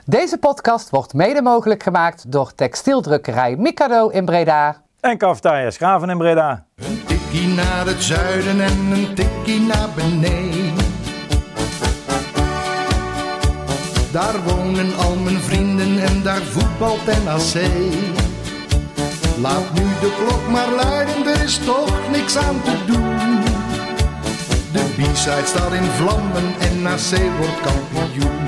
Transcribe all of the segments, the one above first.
Deze podcast wordt mede mogelijk gemaakt door textieldrukkerij Mikado in Breda. En Cafetaria Schaven in Breda. Een tikkie naar het zuiden en een tikkie naar beneden. Daar wonen al mijn vrienden en daar voetbalt NAC. Laat nu de klok maar luiden, er is toch niks aan te doen. De B-side staat in vlammen en NAC wordt kampioen.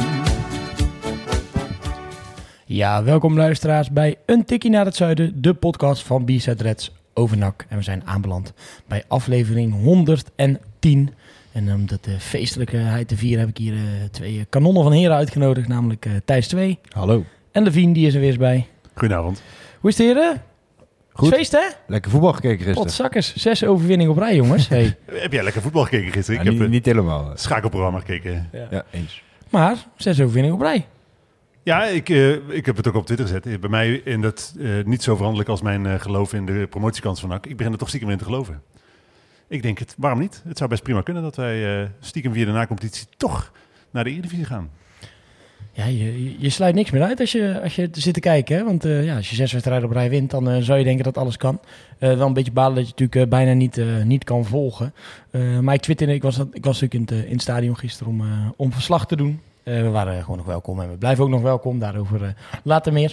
Ja, welkom luisteraars bij Een Tikkie naar het Zuiden, de podcast van B-side Reds over NAC. En we zijn aanbeland bij aflevering 110. En om dat feestelijkheid te vieren heb ik hier twee kanonnen van heren uitgenodigd, namelijk Thijs 2. Hallo. En Levien, die is er weer eens bij. Goedenavond. Hoe is het, heren? Goed. Feest, hè? Lekker voetbal gekeken gisteren. Potzakkers, 6 overwinningen op rij, jongens. Hey. Heb jij lekker voetbal gekeken gisteren? Ja, Ik heb niet helemaal. het schakelprogramma gekeken. Ja, eens. Maar 6 overwinningen op rij. Ja, ik heb het ook op Twitter gezet. Bij mij in dat niet zo veranderlijk als mijn geloof in de promotiekans van NAC. Ik begin er toch stiekem in te geloven. Ik denk het, waarom niet? Het zou best prima kunnen dat wij stiekem via de na-competitie toch naar de Eredivisie gaan. Ja, je sluit niks meer uit als je zit te kijken. Hè? Want als je 6 wedstrijden op rij wint, dan zou je denken dat alles kan. Wel een beetje balen dat je natuurlijk bijna niet kan volgen. Maar ik twitterde, ik was natuurlijk in het stadion gisteren om verslag te doen. We waren gewoon nog welkom en we blijven ook nog welkom. Daarover later meer.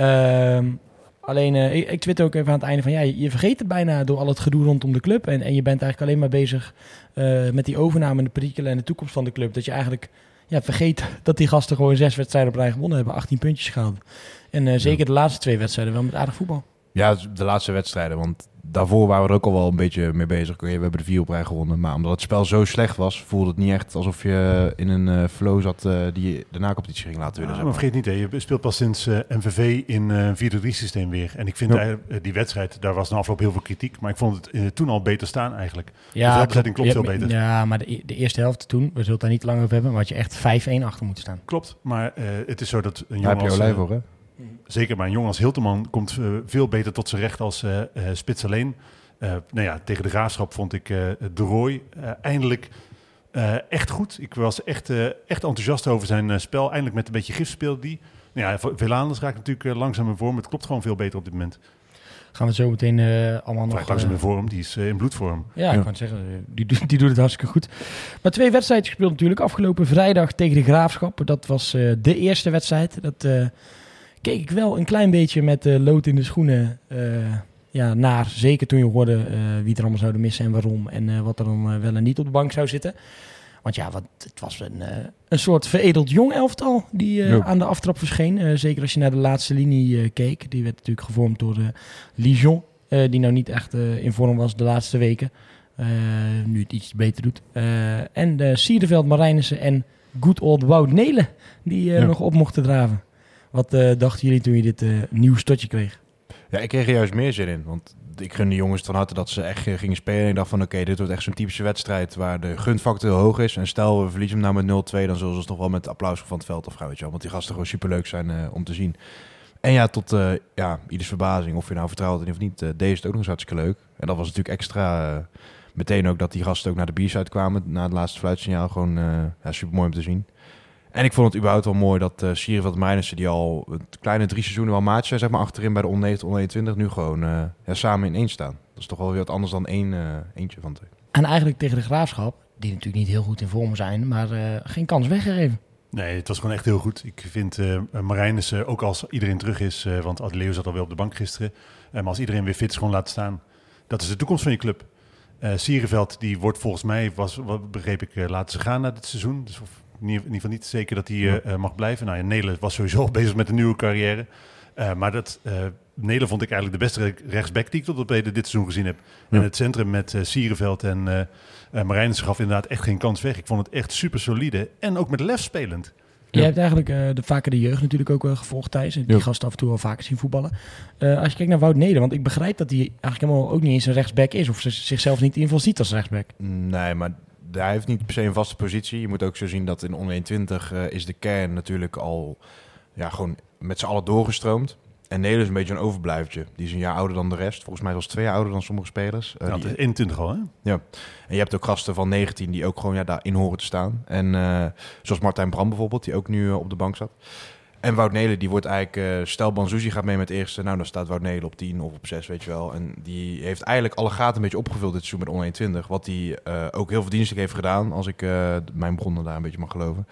Alleen, ik twitter ook even aan het einde van... Ja, je vergeet het bijna door al het gedoe rondom de club. En je bent eigenlijk alleen maar bezig met die overname en de perikelen en de toekomst van de club. Dat je eigenlijk vergeet dat die gasten gewoon 6 wedstrijden op rij gewonnen hebben. 18 puntjes gehaald. En zeker de laatste 2 wedstrijden wel met aardig voetbal. Ja, de laatste wedstrijden. Want daarvoor waren we er ook al wel een beetje mee bezig. Oké, we hebben de 4 op rij gewonnen. Maar omdat het spel zo slecht was, voelde het niet echt alsof je in een flow zat die de na-competitie ging laten winnen. Maar vergeet niet, hè, je speelt pas sinds MVV in een 4-3 systeem weer. En ik vind die wedstrijd, daar was na afloop heel veel kritiek. Maar ik vond het toen al beter staan eigenlijk. Ja, de voorbereiding klopt veel beter. Ja, maar de eerste helft toen, we zullen het daar niet lang over hebben, maar had je echt 5-1 achter moeten staan. Klopt, maar het is zo dat een Daar jongen heb je Olij voor, hè? Zeker, maar een jongen als Hilterman komt veel beter tot zijn recht als spits alleen. Tegen de Graafschap vond ik De Roy eindelijk echt goed. Ik was echt enthousiast over zijn spel. Eindelijk met een beetje gif speelde die. Velanus raakt natuurlijk langzaam in vorm. Het klopt gewoon veel beter op dit moment. Gaan we zo meteen allemaal nog... Langzaam in vorm, die is in bloedvorm. Ja, ik kan het zeggen, die doet het hartstikke goed. Maar 2 wedstrijden gespeeld natuurlijk. Afgelopen vrijdag tegen de Graafschap. Dat was de eerste wedstrijd. Dat keek ik wel een klein beetje met lood in de schoenen naar. Zeker toen je hoorde wie er allemaal zouden missen en waarom. En wat er dan wel en niet op de bank zou zitten. Want het was een soort veredeld jong elftal die aan de aftrap verscheen. Zeker als je naar de laatste linie keek. Die werd natuurlijk gevormd door Lijon. Die nou niet echt in vorm was de laatste weken. Nu het iets beter doet. En Siereveld, Marijnissen en good old Wout Nelen. Die nog op mochten draven. Wat dachten jullie toen je dit nieuw stotje kreeg? Ja, ik kreeg er juist meer zin in. Want ik gun de jongens van harte dat ze echt gingen spelen. En ik dacht van oké, dit wordt echt zo'n typische wedstrijd waar de gunfactor heel hoog is. En stel we verliezen hem nou met 0-2, dan zullen ze ons nog wel met applaus van het veld afgaan. Weet je wel. Want die gasten gewoon superleuk zijn om te zien. En ja, tot ieders verbazing, of je nou vertrouwt of niet, deed het ook nog eens hartstikke leuk. En dat was natuurlijk extra meteen ook dat die gasten ook naar de B-side kwamen. Na het laatste fluitsignaal gewoon super mooi om te zien. En ik vond het überhaupt wel mooi dat Siereveld Marijnissen, die al het kleine 3 seizoenen wel maatje zijn, zeg maar achterin bij de onder-21, nu gewoon samen in één staan. Dat is toch wel weer wat anders dan eentje van 2. En eigenlijk tegen de Graafschap, die natuurlijk niet heel goed in vorm zijn, maar geen kans weggegeven. Nee, het was gewoon echt heel goed. Ik vind Marijnissen, ook als iedereen terug is, want Adeleo zat alweer op de bank gisteren, maar als iedereen weer fit is, gewoon laten staan. Dat is de toekomst van je club. Siereveld, die wordt volgens mij, begreep ik, laten ze gaan na dit seizoen. Dus in ieder geval niet zeker dat hij mag blijven. Nou ja, Nelen was sowieso al bezig met een nieuwe carrière. Maar Nelen vond ik eigenlijk de beste rechtsback die ik tot op heden dit seizoen gezien heb. Ja. En het centrum met Siereveld en Marijnissen gaf inderdaad echt geen kans weg. Ik vond het echt super solide en ook met lef spelend. Je hebt eigenlijk vaker de jeugd natuurlijk ook gevolgd, Thijs. Die gasten af en toe wel vaker zien voetballen. Als je kijkt naar Wout Nelen, want ik begrijp dat hij eigenlijk helemaal ook niet eens een rechtsback is. Of zichzelf niet in ieder geval ziet als rechtsback. Nee, maar hij heeft niet per se een vaste positie. Je moet ook zo zien dat in onder 21 is de kern natuurlijk al gewoon met z'n allen doorgestroomd. En Nelen is een beetje een overblijvertje. Die is een jaar ouder dan de rest. Volgens mij was 2 jaar ouder dan sommige spelers. Dat is 21 al, hè? Ja. En je hebt ook gasten van 19 die ook gewoon daarin horen te staan. En zoals Martijn Bram bijvoorbeeld, die ook nu op de bank zat. En Wout Nelen, die wordt eigenlijk... stel Banzuzi gaat mee met eerste. Nou, dan staat Wout Nelen op 10 of op 6, weet je wel. En die heeft eigenlijk alle gaten een beetje opgevuld dit seizoen met onder 21. Wat hij ook heel verdienstelijk heeft gedaan. Als ik mijn bronnen daar een beetje mag geloven.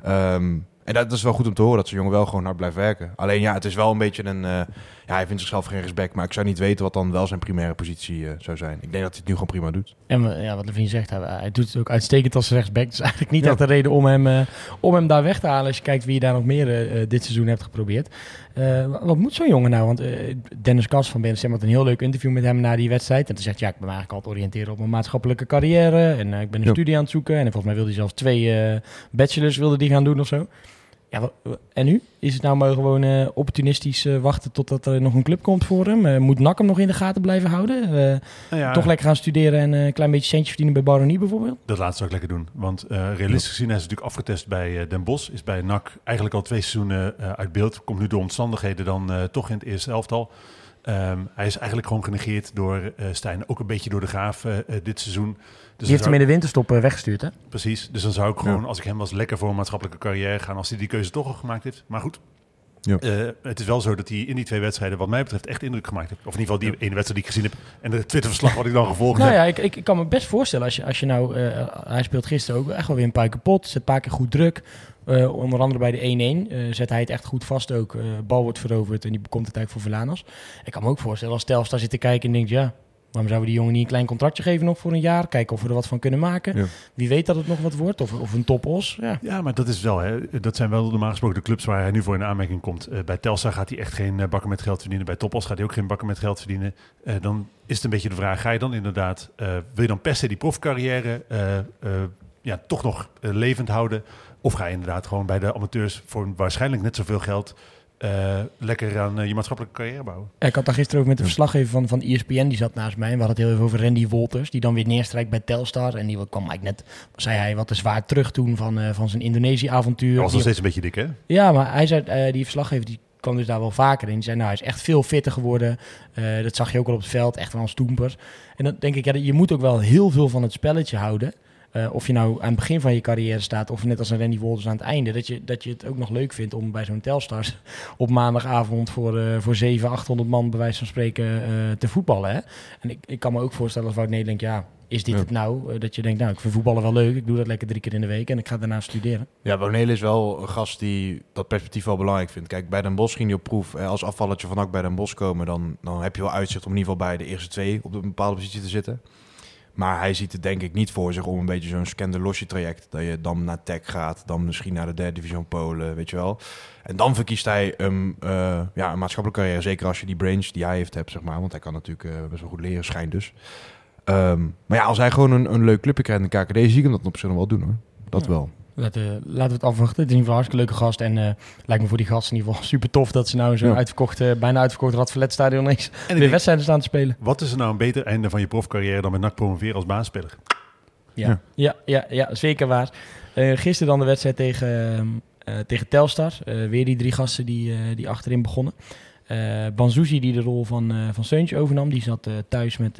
En dat is wel goed om te horen, dat zo'n jongen wel gewoon hard blijft werken. Alleen het is wel een beetje een... hij vindt zichzelf geen respect, maar ik zou niet weten wat dan wel zijn primaire positie zou zijn. Ik denk dat hij het nu gewoon prima doet. En wat Levine zegt, hij doet het ook uitstekend als rechtsback. Dus eigenlijk niet echt de reden om hem daar weg te halen als je kijkt wie je daar nog meer dit seizoen hebt geprobeerd. Wat moet zo'n jongen nou? Want Dennis Kas van BNSM had een heel leuk interview met hem na die wedstrijd. En toen zegt ik ben me eigenlijk al te oriënteren op mijn maatschappelijke carrière. En ik ben een studie aan het zoeken. En volgens mij wilde hij zelfs 2 bachelors gaan doen of zo. Ja, en nu? Is het nou maar gewoon opportunistisch wachten totdat er nog een club komt voor hem? Moet NAC hem nog in de gaten blijven houden? Toch lekker gaan studeren en een klein beetje centje verdienen bij Baronie bijvoorbeeld? Dat laatste zou ik lekker doen. Want realistisch gezien, hij is natuurlijk afgetest bij Den Bosch. Is bij NAC eigenlijk al 2 seizoenen uit beeld. Komt nu door omstandigheden dan toch in het eerste elftal. Hij is eigenlijk gewoon genegeerd door Stijn. Ook een beetje door de Graaf dit seizoen. Dus die heeft hem in de winterstop weggestuurd, hè? Precies. Dus dan zou ik gewoon, als ik hem was, lekker voor een maatschappelijke carrière gaan. Als hij die keuze toch al gemaakt heeft. Maar goed. Ja. Het is wel zo dat hij in die 2 wedstrijden, wat mij betreft, echt indruk gemaakt heeft. Of in ieder geval die ene wedstrijd die ik gezien heb. En de Twitterverslag wat ik dan gevolgd heb. Nou ja, ik kan me best voorstellen als je nou... hij speelt gisteren ook echt wel weer een paar keer kapot. Zet een paar keer goed druk. Onder andere bij de 1-1 zet hij het echt goed vast ook. Bal wordt veroverd en die bekomt het eigenlijk voor Verlanas. Ik kan me ook voorstellen als Telstar zit te kijken en denkt... waarom zouden we die jongen niet een klein contractje geven nog voor een jaar? Kijken of we er wat van kunnen maken. Ja. Wie weet dat het nog wat wordt. Of een topos. Ja, maar dat is wel... dat zijn wel normaal gesproken de clubs waar hij nu voor in aanmerking komt. Bij Telstar gaat hij echt geen bakken met geld verdienen. Bij Topos gaat hij ook geen bakken met geld verdienen. Dan is het een beetje de vraag... ga je dan inderdaad... wil je dan per se die profcarrière toch nog levend houden? Of ga je inderdaad gewoon bij de amateurs... voor waarschijnlijk net zoveel geld... lekker aan je maatschappelijke carrière bouwen. Ik had daar gisteren ook met de verslaggever van ESPN, die zat naast mij. En we hadden het heel even over Randy Wolters, die dan weer neerstrijkt bij Telstar. En die kwam eigenlijk net, zei hij, wat te zwaar terug toen van zijn Indonesië-avontuur. Hij was nog steeds een beetje dik, hè? Ja, maar hij zei, die verslaggever, die kwam dus daar wel vaker in. Die zei, hij is echt veel fitter geworden. Dat zag je ook al op het veld, echt wel een stoemper. En dan denk ik, je moet ook wel heel veel van het spelletje houden. Of je nou aan het begin van je carrière staat... of net als een Randy Wolters aan het einde... dat je het ook nog leuk vindt om bij zo'n Telstar... op maandagavond voor 700-800 man... bij wijze van spreken te voetballen. Hè? En ik kan me ook voorstellen als Wout Nelen denkt... is dit het nou? Dat je denkt, ik vind voetballen wel leuk. Ik doe dat lekker 3 keer in de week... en ik ga daarna studeren. Ja, Wout Nelen is wel een gast die dat perspectief wel belangrijk vindt. Kijk, bij Den Bosch ging hij op proef. Als afvallertje van NAC bij Den Bosch komen... dan heb je wel uitzicht om in ieder geval bij de eerste 2... op een bepaalde positie te zitten... Maar hij ziet het denk ik niet voor zich om een beetje zo'n Scanderlosje traject. Dat je dan naar Tech gaat, dan misschien naar de 3e divisie Polen, weet je wel. En dan verkiest hij een maatschappelijke carrière. Zeker als je die brains die hij hebt, zeg maar. Want hij kan natuurlijk best wel goed leren, schijnt dus. Maar als hij gewoon een leuk clubje krijgt in de KKD, zie ik hem dat op zich nog wel doen, hoor. Dat wel. Laten we het afwachten. Het is in ieder geval een hartstikke leuke gast. En lijkt me voor die gasten in ieder geval super tof... dat ze nou zo'n bijna uitverkocht Radverletstadion ineens weer wedstrijden staan te spelen. Wat is er nou een beter einde van je profcarrière... dan met NAC promoveren als baanspeler? Ja, zeker waar. Gisteren dan de wedstrijd tegen Telstar. Weer die 3 gasten die achterin begonnen. Banzuzi die de rol van Seuntje overnam. Die zat thuis met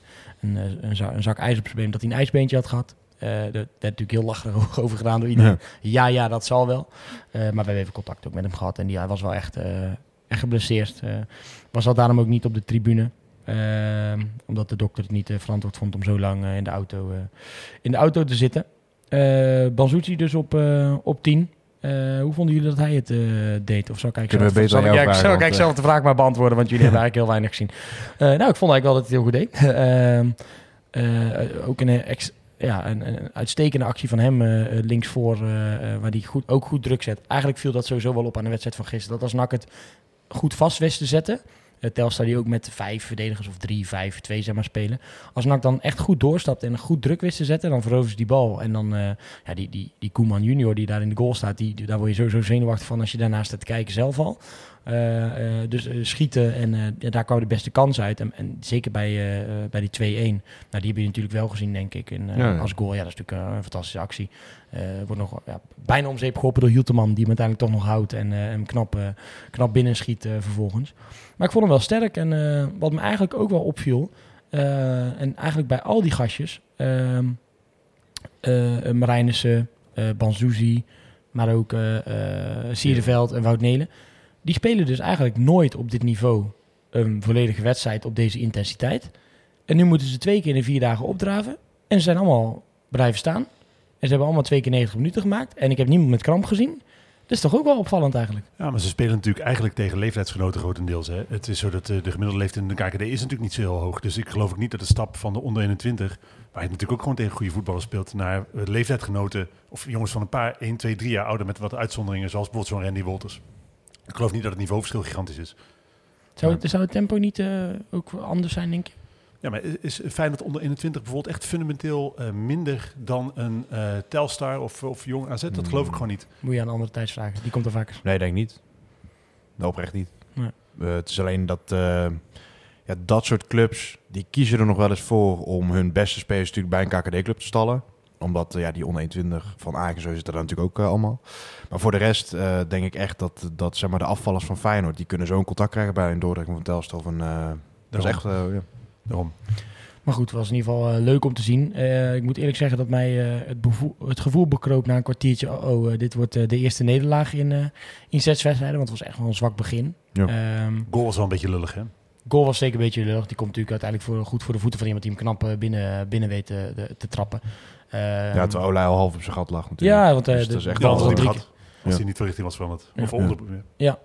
een zak ijs op zijn been... omdat hij een ijsbeentje had gehad. Daar werd natuurlijk heel lacherig over gedaan door iedereen. Ja, dat zal wel. Maar we hebben even contact ook met hem gehad. En hij was wel echt geblesseerd. Was al daarom ook niet op de tribune. Omdat de dokter het niet verantwoord vond om zo lang in de auto te zitten. Banzuzi dus op 10. Hoe vonden jullie dat hij het deed? Of zou ik eigenlijk zelf de vraag maar beantwoorden? Want jullie hebben eigenlijk heel weinig gezien. Ik vond eigenlijk wel dat hij het heel goed deed. Ook een uitstekende actie van hem linksvoor, waar hij ook goed druk zet. Eigenlijk viel dat sowieso wel op aan de wedstrijd van gisteren. Dat als NAC het goed vast wist te zetten... Telstar die ook met 5 verdedigers of 3, 5, 2 zeg maar spelen. Als NAC dan echt goed doorstapt en goed druk wist te zetten... dan veroveren ze die bal. En dan die Koeman junior die daar in de goal staat... daar word je sowieso zenuwachtig van als je daarnaast staat te kijken zelf al. Dus schieten en daar kwam de beste kans uit. En zeker bij die 2-1. Nou, die heb je natuurlijk wel gezien, denk ik. Als goal, dat is natuurlijk een fantastische actie. Wordt nog bijna om zeep geholpen door Hilterman... die hem uiteindelijk toch nog houdt en hem knap binnenschiet vervolgens. Maar ik vond hem wel sterk. En wat me eigenlijk ook wel opviel... en eigenlijk bij al die gastjes... Marijnissen, Banzuzi... maar ook Siereveld en Wout Nelen. Die spelen dus eigenlijk nooit op dit niveau een volledige wedstrijd op deze intensiteit. En nu moeten ze 2 keer in de 4 dagen opdraven. En ze zijn allemaal blijven staan. En ze hebben allemaal 2 keer 90 minuten gemaakt. En ik heb niemand met kramp gezien. Dat is toch ook wel opvallend eigenlijk. Ja, maar ze spelen natuurlijk eigenlijk tegen leeftijdsgenoten grotendeels. Hè. Het is zo dat de gemiddelde leeftijd in de KKD is natuurlijk niet zo heel hoog. Dus ik geloof ook niet dat de stap van de onder 21... waar je natuurlijk ook gewoon tegen goede voetballers speelt... naar leeftijdsgenoten of jongens van een paar 1, 2, 3 jaar ouder... met wat uitzonderingen, zoals bijvoorbeeld zo'n Randy Wolters. Ik geloof niet dat het niveauverschil gigantisch is. Zou het tempo niet ook anders zijn, denk je? Ja, maar is Feyenoord onder 21 bijvoorbeeld echt fundamenteel minder dan een Telstar of Jong AZ? Dat geloof ik gewoon niet. Moet je aan andere tijds vragen. Die komt er vaker. Nee, denk niet. Oprecht niet. Nee. Het is alleen dat dat soort clubs, die kiezen er nog wel eens voor om hun beste spelers natuurlijk bij een KKD-club te stallen. Omdat die onder 21 van Aken zo zitten er natuurlijk ook allemaal. Maar voor de rest denk ik echt dat zeg maar, de afvallers van Feyenoord, die kunnen zo'n contact krijgen bij een Dordrecht of een Telstar. Dat is echt... Daarom. Maar goed, het was in ieder geval leuk om te zien. Ik moet eerlijk zeggen dat mij het gevoel bekroop na een kwartiertje. Dit wordt de eerste nederlaag in 6 wedstrijden. Want het was echt wel een zwak begin. Ja. Goal was wel een beetje lullig, hè? Goal was zeker een beetje lullig. Die komt natuurlijk uiteindelijk goed voor de voeten van iemand die hem knap binnen weet te trappen. Terwijl Olij al half op zijn gat lag natuurlijk. Ja, want dus dat is echt wel wel een drie gat. Als hij niet van richting was veranderd. Of onder. Ja.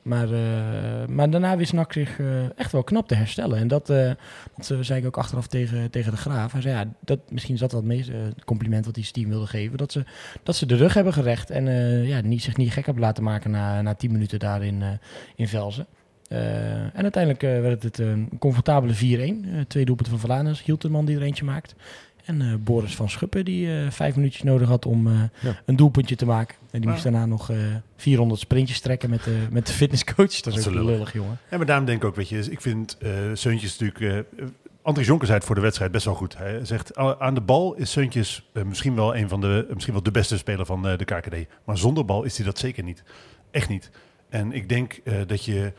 Maar daarna wist NAC zich echt wel knap te herstellen. En dat zei ik ook achteraf tegen de Graaf. Hij zei, misschien is dat wel het meest compliment wat hij zijn team wilde geven. Dat ze de rug hebben gerecht en zich niet gek hebben laten maken na 10 minuten daar in Velzen. En uiteindelijk werd het een comfortabele 4-1. 2 doelpunten van Valanes, Hielteman die er eentje maakt. En Boris van Schuppen die 5 minuutjes nodig had om een doelpuntje te maken. En die moest daarna nog 400 sprintjes trekken met de fitnesscoach. Dat is ook lullig, jongen. Ja, maar daarom denk ik ook, weet je, ik vind Seuntjes natuurlijk... Andries Jonker zei het voor de wedstrijd best wel goed. Hij zegt, aan de bal is Seuntjes misschien wel de beste speler van de KKD. Maar zonder bal is hij dat zeker niet. Echt niet. En ik denk dat je...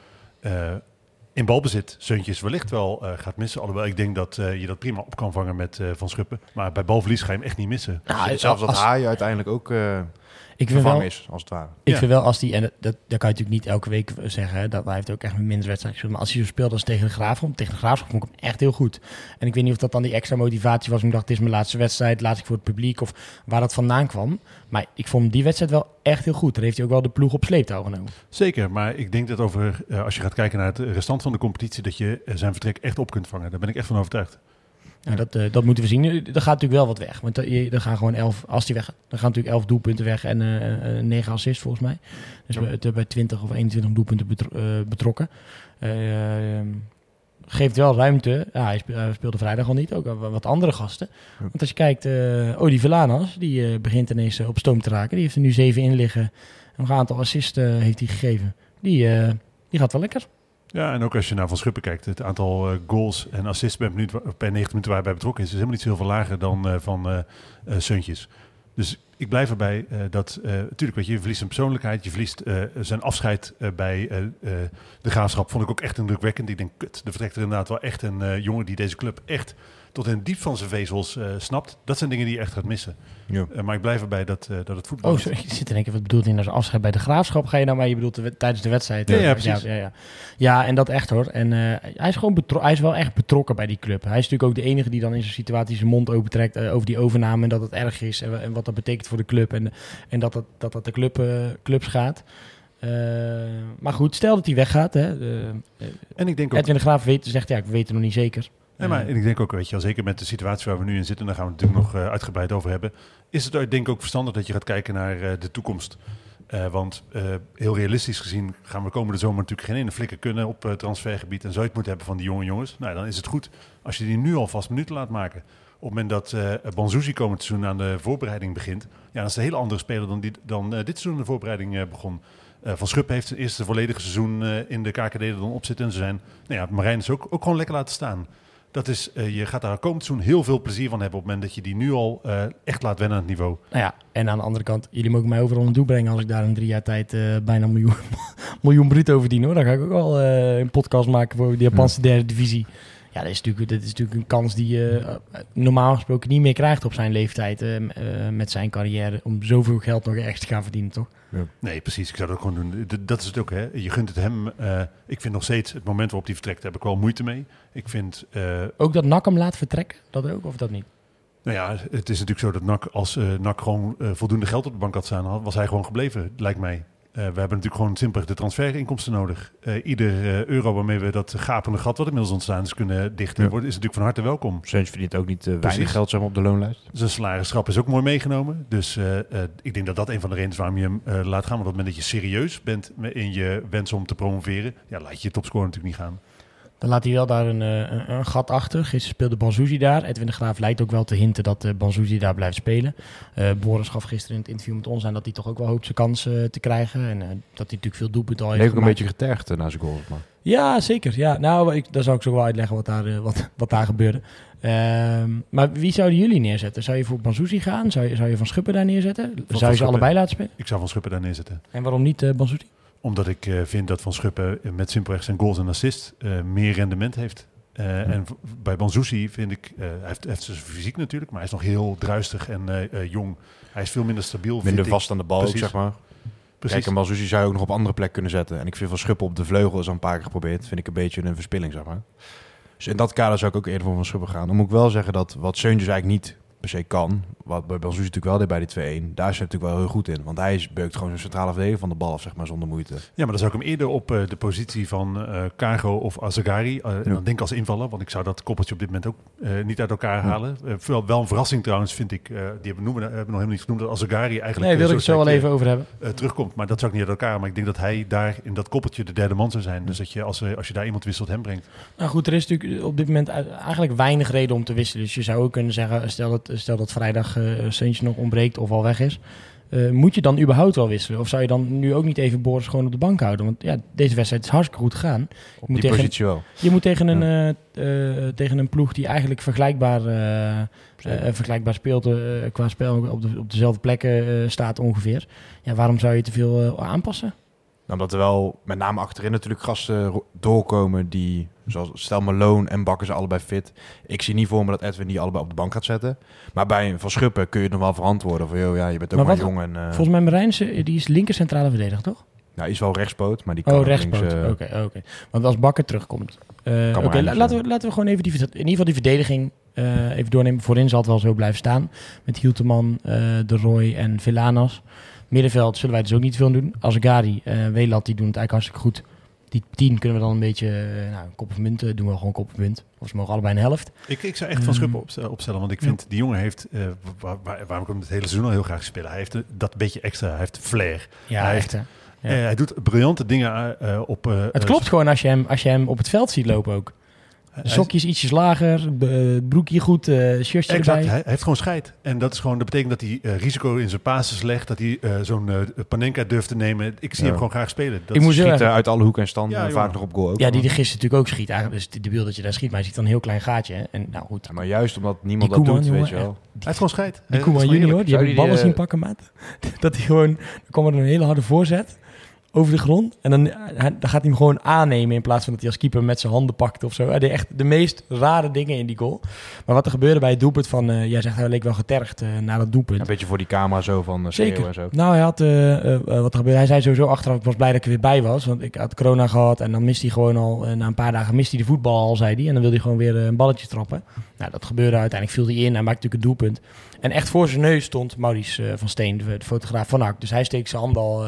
in balbezit Seuntjes wellicht wel gaat missen. Alhoewel ik denk dat je dat prima op kan vangen met Van Schuppen. Maar bij balverlies ga je hem echt niet missen. Nou, zelfs dat Haaien uiteindelijk ook vervangen is, als het ware. Ik vind wel, als die, en dat kan je natuurlijk niet elke week zeggen, hè, dat hij heeft ook echt minder wedstrijden gespeeld. Maar als hij zo speelt als tegen de Graafschap vond ik hem echt heel goed. En ik weet niet of dat dan die extra motivatie was. Ik dacht, dit is mijn laatste wedstrijd, laat ik voor het publiek of waar dat vandaan kwam. Maar ik vond die wedstrijd wel echt heel goed. Daar heeft hij ook wel de ploeg op sleeptouw genomen. Zeker, maar ik denk dat als je gaat kijken naar het restant van de competitie, dat je zijn vertrek echt op kunt vangen. Daar ben ik echt van overtuigd. Ja, dat moeten we zien. Er gaat natuurlijk wel wat weg. Want er gaan gewoon 11, als die weg gaat, dan gaan natuurlijk 11 doelpunten weg en 9 assists volgens mij. Dus bij 20 of 21 doelpunten betrokken. Geeft wel ruimte. Ja, hij speelde vrijdag al niet. Ook wat andere gasten. Ja. Want als je kijkt, die Valanas, die begint ineens op stoom te raken. Die heeft er nu 7 in liggen. Een aantal assists heeft hij gegeven. Die gaat wel lekker. Ja, en ook als je naar Van Schuppen kijkt, het aantal goals en assists per 90 minuten waar hij bij betrokken is helemaal niet zo heel veel lager dan van Seuntjes. Dus ik blijf erbij dat, natuurlijk, weet je verliest zijn persoonlijkheid, je verliest zijn afscheid bij de Graafschap. Vond ik ook echt indrukwekkend. Ik denk, er vertrekt er inderdaad wel echt een jongen die deze club echt tot in het diep van zijn vezels snapt. Dat zijn dingen die je echt gaat missen. Ja. Maar ik blijf erbij dat het voetbal... Oh, sorry, ik zit te denken, wat bedoelt hij nou zijn afscheid bij de Graafschap? Ga je nou maar, je bedoelt tijdens de wedstrijd? Ja, precies. Ja, en dat echt hoor. En hij is gewoon hij is wel echt betrokken bij die club. Hij is natuurlijk ook de enige die dan in zo'n situatie zijn mond opentrekt over die overname en dat het erg is en wat dat betekent voor de club en dat de clubs gaat. Maar goed, stel dat hij weggaat. Hè, en ik denk ook... Edwin de Graaf zegt, ik weet het nog niet zeker. Nee, maar ik denk ook, weet je wel, zeker met de situatie waar we nu in zitten, daar gaan we het natuurlijk nog uitgebreid over hebben, is het denk ik ook verstandig dat je gaat kijken naar de toekomst. Want heel realistisch gezien gaan we komende zomer natuurlijk geen ene flikker kunnen op transfergebied en zou je het moeten hebben van die jonge jongens. Nou, dan is het goed als je die nu alvast minuten laat maken. Op het moment dat Banzuzi komend seizoen aan de voorbereiding begint, ja, dan is het een hele andere speler dan dit seizoen aan de voorbereiding begon. Van Schuppen heeft zijn eerste volledige seizoen in de KKD er dan op zitten en ze zijn, Marijn is ook gewoon lekker laten staan. Dat is, je gaat daar komend seizoen heel veel plezier van hebben op het moment dat je die nu al echt laat wennen aan het niveau. Nou ja, en aan de andere kant, jullie mogen mij overal naartoe brengen als ik daar in 3 jaar tijd bijna een miljoen bruto verdien hoor. Dan ga ik ook al een podcast maken voor de Japanse derde divisie. Ja, dit is natuurlijk een kans die je normaal gesproken niet meer krijgt op zijn leeftijd met zijn carrière. Om zoveel geld nog echt te gaan verdienen, toch? Ja. Nee, precies. Ik zou dat ook gewoon doen. Dat is het ook, hè. Je gunt het hem. Ik vind nog steeds het moment waarop hij vertrekt, heb ik wel moeite mee. Ik vind... Ook dat NAC hem laat vertrekken? Dat ook, of dat niet? Nou ja, het is natuurlijk zo dat NAC, als NAC gewoon voldoende geld op de bank had staan, was hij gewoon gebleven, lijkt mij. We hebben natuurlijk gewoon simpelweg de transferinkomsten nodig. Ieder euro waarmee we dat gapende gat wat inmiddels ontstaan is kunnen dichten, is natuurlijk van harte welkom. Seuntje verdient ook niet weinig geld zeg maar, op de loonlijst. Zijn salarisschap is ook mooi meegenomen. Dus ik denk dat dat een van de redenen is waarom je hem laat gaan. Want op het moment dat je serieus bent in je wens om te promoveren, ja, laat je topscorer natuurlijk niet gaan. Dan laat hij wel daar een gat achter. Gisteren speelde Banzuzi daar. Edwin de Graaf lijkt ook wel te hinten dat Banzuzi daar blijft spelen. Boris gaf gisteren in het interview met ons aan dat hij toch ook wel hoopt zijn kans te krijgen. En dat hij natuurlijk veel doelpunten al heeft Hij heeft ook gemaakt. een beetje getergd na zijn goal. Maar. Ja, zeker. Ja. Nou, daar zou ik zo wel uitleggen wat daar gebeurde. Maar wie zouden jullie neerzetten? Zou je voor Banzuzi gaan? Zou je Van Schuppen daar neerzetten? Zou je ze allebei laten spelen? Ik zou Van Schuppen daar neerzetten. En waarom niet Banzuzi? Omdat ik vind dat Van Schuppen met simpelweg zijn goals en assists meer rendement heeft. En bij Banzuzi vind ik, hij heeft zijn fysiek natuurlijk, maar hij is nog heel druistig en jong. Hij is veel minder stabiel. Minder vast aan de bal ook, zeg maar. Precies. Kijk, en Banzuzi zou je ook nog op andere plek kunnen zetten. En ik vind Van Schuppen op de vleugel is al een paar keer geprobeerd. Vind ik een beetje een verspilling, zeg maar. Dus in dat kader zou ik ook eerder voor Van Schuppen gaan. Dan moet ik wel zeggen dat wat Seuntjes eigenlijk niet per se kan, wat bij Banzuzi natuurlijk wel deed bij die 2-1, daar is hij natuurlijk wel heel goed in. Want hij beukt gewoon zijn centrale verdediger van de bal af, zeg maar, zonder moeite. Ja, maar dan zou ik hem eerder op de positie van Cargo of Azagari, en dan denk ik als invaller, want ik zou dat koppeltje op dit moment ook niet uit elkaar halen. Wel een verrassing trouwens, vind ik, die hebben we nog helemaal niet genoemd, dat Azagari eigenlijk... Nee, wil ik het zo wel even over hebben. Terugkomt, maar dat zou ik niet uit elkaar, maar ik denk dat hij daar in dat koppeltje de derde man zou zijn. Dus dat je, als je daar iemand wisselt, hem brengt. Nou goed, er is natuurlijk op dit moment eigenlijk weinig reden om te wisselen. Dus je zou ook kunnen zeggen, stel dat vrijdag Seuntje nog ontbreekt of al weg is. Moet je dan überhaupt wel wisselen? Of zou je dan nu ook niet even Boris gewoon op de bank houden? Want ja, deze wedstrijd is hartstikke goed gegaan. Op die positie wel. Je moet tegen een ploeg die eigenlijk vergelijkbaar speelt qua spel op dezelfde plekken staat ongeveer. Ja, waarom zou je te veel aanpassen? Nou, omdat er wel met name achterin natuurlijk gasten doorkomen die, zoals stel Malone en Bakker, zijn allebei fit. Ik zie niet voor me dat Edwin die allebei op de bank gaat zetten. Maar bij Van Schuppen kun je het nog wel verantwoorden. Van, ja, je bent ook maar jong. En, volgens mij Marijnse, die is linker centrale verdediger, toch? Nou, hij is wel rechtspoot, maar die kan rechtspoot. Oké. Want als Bakker terugkomt. Laten we gewoon even in ieder geval die verdediging even doornemen. Voorin zal het wel zo blijven staan. Met Hielteman, De Roy en Villanas. Middenveld zullen wij dus ook niet veel doen. Azagari, Welat, die doen het eigenlijk hartstikke goed. Die 10 kunnen we dan een beetje kop of munt doen we gewoon kop of munt. Of ze mogen allebei een helft. Ik zou echt Van Schuppen opstellen, want ik vind die jongen heeft, waarom ik hem het hele seizoen al heel graag spelen. Hij heeft dat beetje extra, hij heeft flair. Ja, hij echt. Hij doet briljante dingen op... het klopt gewoon als je hem op het veld ziet lopen ook. De sokjes ietsjes lager, broekje goed, shirtje erbij. Hij heeft gewoon scheid. En dat betekent dat hij risico in zijn passes legt. Dat hij zo'n Panenka durft te nemen. Ik zie hem gewoon graag spelen. Ik moet schieten uit alle hoeken en standen. Vaak nog op goal ook. Ja, die gisteren natuurlijk ook schiet. Eigenlijk, dus de beeld dat je daar schiet, maar hij ziet dan een heel klein gaatje. Hè? En, nou goed. Ja, maar juist omdat niemand dat doet, weet je wel. Hij heeft gewoon scheid. Die Koeman junior, die hebben ballen zien pakken, maat. Dat hij gewoon, dan kwam er een hele harde voorzet over de grond. En dan gaat hij hem gewoon aannemen in plaats van dat hij als keeper met zijn handen pakt of zo. Hij deed echt de meest rare dingen in die goal. Maar wat er gebeurde bij het doelpunt van... jij zegt hij leek wel getergd na dat doelpunt. Een beetje voor die camera zo van zeker. En zo. Nou, hij had... wat er gebeurde, hij zei sowieso achteraf, ik was blij dat ik er weer bij was. Want ik had corona gehad en dan mist hij gewoon al... na een paar dagen mist hij de voetbal al, zei hij. En dan wilde hij gewoon weer een balletje trappen. Nou, dat gebeurde uiteindelijk. Viel hij in. Hij maakte natuurlijk een doelpunt. En echt voor zijn neus stond Maurice van Steen, de fotograaf van NAC. Dus hij steekt zijn hand al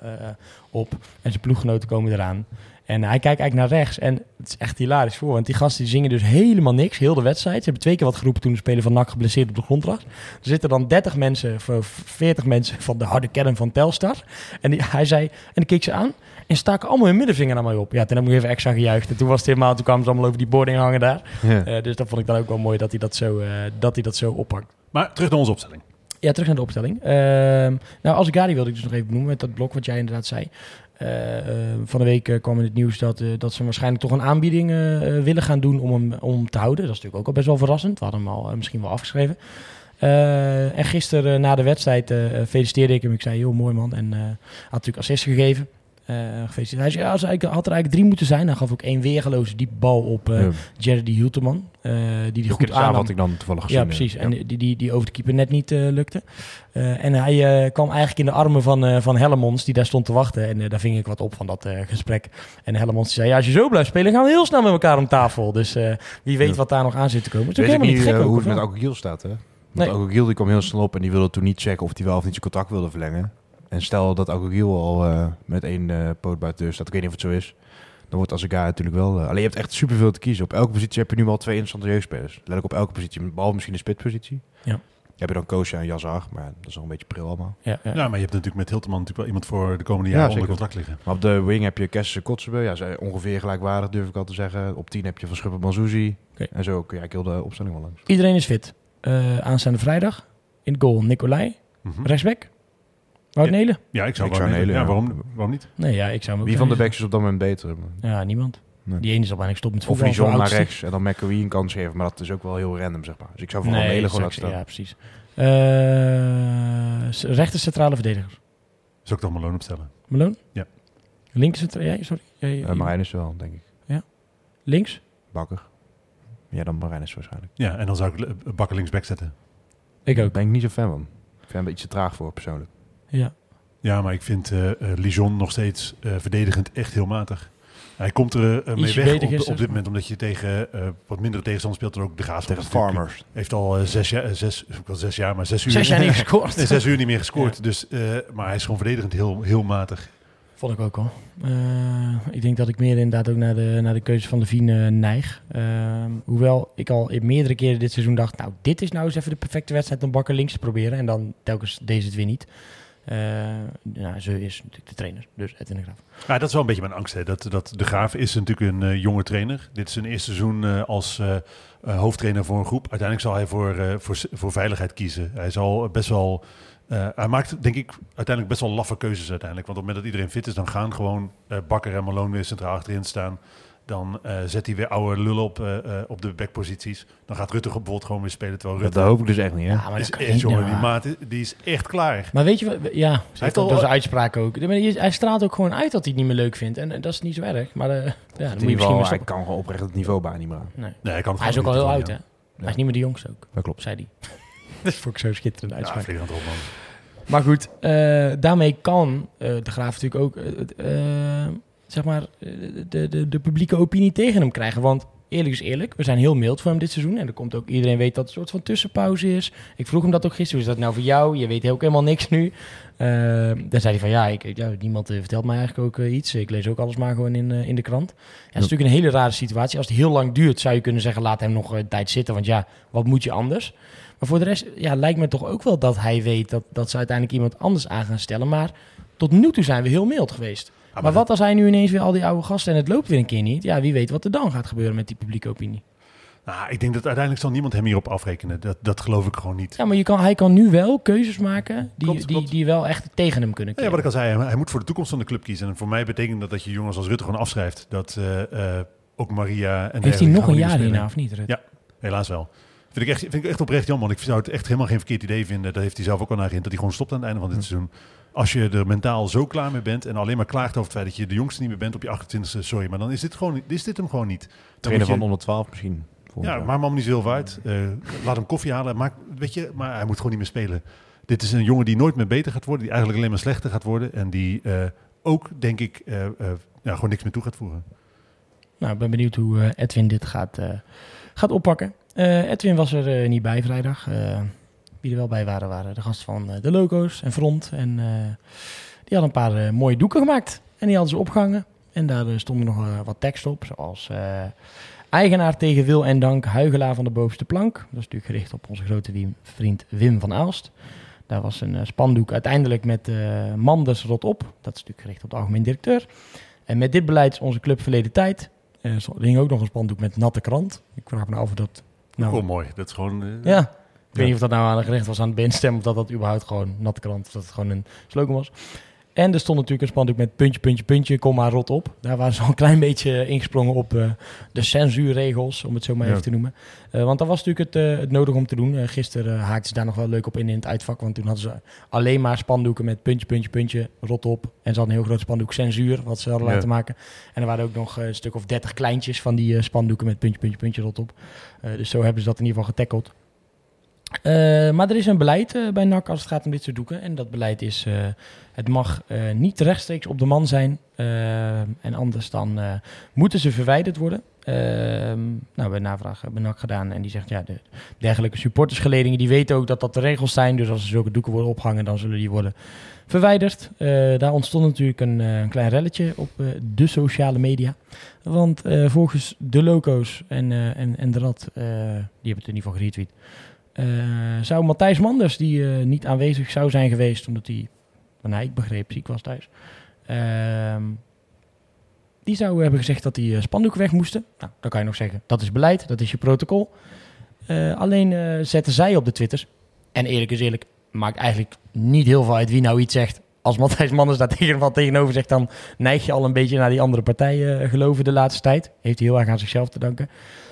op en zijn ploeggenoten komen eraan. En hij kijkt eigenlijk naar rechts en het is echt hilarisch voor. Want die gasten die zingen dus helemaal niks, heel de wedstrijd. Ze hebben 2 keer wat geroepen toen de speler van NAC geblesseerd op de grond lag. Er zitten dan 30 mensen, 40 mensen van de harde kern van Telstar. En hij zei, en dan keek ze aan en staken allemaal hun middenvinger naar mij op. Ja, toen heb ik even extra gejuicht. En toen was het helemaal, toen kwamen ze allemaal over die boarding hangen daar. Ja. Dus dat vond ik dan ook wel mooi dat hij dat zo oppakt. Maar terug naar onze opstelling. Ja, terug naar de opstelling. Nou, Azagari wilde ik dus nog even noemen met dat blok wat jij inderdaad zei. Van de week kwam in het nieuws dat ze waarschijnlijk toch een aanbieding willen gaan doen om te houden. Dat is natuurlijk ook al best wel verrassend. We hadden hem al misschien wel afgeschreven. En gisteren na de wedstrijd feliciteerde ik hem. Ik zei, heel mooi man. En had natuurlijk assist gegeven. Gefeliciteerd. Hij had er eigenlijk 3 moeten zijn. Hij gaf ook 1 weergeloze diepe bal op Jerry Hilterman. Die goed aannam. had ik dan toevallig gezien. Ja, precies. En die over de keeper net niet lukte. En hij kwam eigenlijk in de armen van Hellemons, die daar stond te wachten. En daar ving ik wat op van dat gesprek. En Hellemons zei, als je zo blijft spelen, gaan we heel snel met elkaar om tafel. Dus wie weet wat daar nog aan zit te komen. Het is ook helemaal niet gek hoe ook, het met Agogiel staat, hè? Nee. Want Agogiel die kwam heel snel op en die wilde toen niet checken of hij wel of niet zijn contract wilde verlengen. En stel dat Agogiel al met 1 poot buiten de deur staat, ik weet niet of het zo is, dan wordt Azega natuurlijk wel... alleen je hebt echt superveel te kiezen. Op elke positie heb je nu al 2 interessante jeugdspelers. Letterlijk op elke positie, behalve misschien de spitpositie. Ja. Heb je dan Koosja en Yazar, maar dat is nog een beetje pril allemaal. Ja, maar je hebt natuurlijk met Hilterman natuurlijk wel iemand voor de komende jaren onder contract liggen. Maar op de wing heb je Kessel Kotzebe, ja, ze ongeveer gelijkwaardig durf ik al te zeggen. Op 10 heb je Van Schuppen Manzouzi. Okay. En zo kun je eigenlijk heel de opstelling wel langs. Iedereen is fit. Aanstaande vrijdag. In het goal Nicolai. Rechtsback. Wout Nelen? Ja, ik zou Nelen. Ja, waarom niet? Nee, ja, ik zou hem ook. Wie van de backs is op dat moment beter? Ja, niemand. Nee. Die ene is al bijna gestopt met voetbal. Of Lijon naar rechts en dan McAwee een kans geven. Maar dat is ook wel heel random, zeg maar. Dus ik zou voor Nelen gewoon laten staan. Ja, precies. Rechter centrale verdediger. Zou ik dan Malone opstellen? Malone? Ja. Links centrale... sorry. Marijnissen wel, denk ik. Ja. Links? Bakker. Ja, dan Marijnissen waarschijnlijk. Ja, en dan zou ik Bakker linksback zetten. Ik ook. Daar ben ik niet zo fan van. Ik vind hem een beetje te traag voor, persoonlijk. Ja. Ja, maar ik vind Lijon nog steeds verdedigend echt heel matig. Hij komt er mee weg op dit moment, omdat je tegen wat mindere tegenstanders speelt. En ook de Graafschap. Tegen Farmers. Heeft al 6 jaar, 6 uur. 6 jaar niet gescoord. Nee, 6 uur niet meer gescoord. Ja. Dus, maar hij is gewoon verdedigend heel matig. Vond ik ook al. Ik denk dat ik meer inderdaad ook naar de keuze van Levine neig. Hoewel ik al meerdere keren dit seizoen dacht, nou, dit is nou eens even de perfecte wedstrijd om Bakker links te proberen. En dan telkens deze het weer niet. Zo is natuurlijk de trainer, dus Edwin de Graaf. Ja, dat is wel een beetje mijn angst. Hè. Dat de Graaf is natuurlijk een jonge trainer. Dit is zijn eerste seizoen als hoofdtrainer voor een groep. Uiteindelijk zal hij voor veiligheid kiezen. Hij zal best wel... hij maakt, denk ik, uiteindelijk best wel laffe keuzes uiteindelijk. Want op het moment dat iedereen fit is, dan gaan gewoon Bakker en Malone weer centraal achterin staan. Dan zet hij weer oude lullen op de backposities. Dan gaat Rutte bijvoorbeeld gewoon weer spelen. Terwijl Rutte... Dat hoop ik dus echt niet, hè? Ja, maar is echt, jongen, die maat die is echt klaar. Maar weet je wat? Ja, hij heeft al zijn uitspraak ook. Hij straalt ook gewoon uit dat hij het niet meer leuk vindt. En dat is niet zo erg. Maar dan moet je misschien wel hij kan gewoon oprecht het niveau bij niet meer aan. Nee. Nee, hij is ook al heel oud, hè? Hij is niet meer de jongste ook. Dat klopt. Zei hij. Dat vond ik zo schitterend uitspraak. Ja, man. Maar goed, daarmee kan de Graaf natuurlijk ook... zeg maar, de publieke opinie tegen hem krijgen. Want eerlijk is eerlijk, we zijn heel mild voor hem dit seizoen. En er komt ook, iedereen weet dat het een soort van tussenpauze is. Ik vroeg hem dat ook gisteren. Hoe is dat nou voor jou? Je weet ook helemaal niks nu. Dan zei hij van niemand vertelt mij eigenlijk ook iets. Ik lees ook alles maar gewoon in de krant. Ja, dat is natuurlijk een hele rare situatie. Als het heel lang duurt, zou je kunnen zeggen, laat hem nog een tijd zitten. Want ja, wat moet je anders? Maar voor de rest lijkt me toch ook wel dat hij weet dat ze uiteindelijk iemand anders aan gaan stellen. Maar tot nu toe zijn we heel mild geweest. Maar wat als hij nu ineens weer al die oude gasten en het loopt weer een keer niet? Ja, wie weet wat er dan gaat gebeuren met die publieke opinie. Nou, ik denk dat uiteindelijk zal niemand hem hierop afrekenen. Dat geloof ik gewoon niet. Ja, maar hij kan nu wel keuzes maken die wel echt tegen hem kunnen keren. Ja, wat ik al zei, hij moet voor de toekomst van de club kiezen. En voor mij betekent dat je jongens als Rutte gewoon afschrijft. Dat ook Maria en heeft hij nog een jaar hierna of niet, Rutte? Ja, helaas wel. Vind ik echt oprecht jammer. Want ik zou het echt helemaal geen verkeerd idee vinden. Dat heeft hij zelf ook al naar geïnd. Dat hij gewoon stopt aan het einde van dit seizoen. Als je er mentaal zo klaar mee bent en alleen maar klaagt over het feit dat je de jongste niet meer bent op je 28e, sorry, maar dan is dit hem gewoon niet. Trainer van onder 12 misschien. Ja, maakt me allemaal niet zo veel uit. Laat hem koffie halen, maar hij moet gewoon niet meer spelen. Dit is een jongen die nooit meer beter gaat worden, die eigenlijk alleen maar slechter gaat worden en die ook, denk ik, gewoon niks meer toe gaat voegen. Nou, ik ben benieuwd hoe Edwin dit gaat oppakken. Edwin was er niet bij vrijdag. Wie er wel bij waren de gasten van de Loco's en Front. En die hadden een paar mooie doeken gemaakt. En die hadden ze opgehangen. En daar stonden nog wat tekst op. Zoals eigenaar tegen wil en dank, huigelaar van de bovenste plank. Dat is natuurlijk gericht op onze grote vriend Wim van Aalst. Daar was een spandoek uiteindelijk met Manders rot op. Dat is natuurlijk gericht op de algemeen directeur. En met dit beleid is onze club verleden tijd. Er hing ook nog een spandoek met natte krant. Ik vraag me nou of dat... Nou, mooi. Dat is gewoon... ja. Ik weet niet of dat nou aan gericht was aan het bandstem of dat überhaupt gewoon natte krant, of dat het gewoon een slogan was. En er stond natuurlijk een spandoek met puntje, puntje, puntje, kom maar rot op. Daar waren ze al een klein beetje ingesprongen op de censuurregels, om het zo maar even te noemen. Want dat was natuurlijk het nodig om te doen. Gisteren haakten ze daar nog wel leuk op in het uitvak, want toen hadden ze alleen maar spandoeken met puntje, puntje, puntje, rot op. En ze hadden een heel groot spandoek censuur, wat ze hadden laten maken. En er waren ook nog een stuk of 30 kleintjes van die spandoeken met puntje, puntje, puntje, rot op. Dus zo hebben ze dat in ieder geval getackeld. Maar er is een beleid bij NAC als het gaat om dit soort doeken. En dat beleid is, het mag niet rechtstreeks op de man zijn. En anders dan moeten ze verwijderd worden. Bij navraag hebben NAC gedaan. En die zegt, ja, de dergelijke supportersgeledingen, die weten ook dat dat de regels zijn. Dus als er zulke doeken worden opgehangen, dan zullen die worden verwijderd. Daar ontstond natuurlijk een klein relletje op de sociale media. Want volgens de loco's en de Rad, die hebben het in ieder geval geretweet, zou Matthijs Manders, die niet aanwezig zou zijn geweest, omdat hij, ik begreep, ziek was thuis, die zou hebben gezegd dat die spandoeken weg moesten. Nou, dan kan je nog zeggen, dat is beleid, dat is je protocol. Alleen zetten zij op de Twitters, en eerlijk is eerlijk, maakt eigenlijk niet heel veel uit wie nou iets zegt. Als Matthijs Manders daar tegenover zegt, dan neig je al een beetje naar die andere partijen geloven de laatste tijd. Heeft hij heel erg aan zichzelf te danken.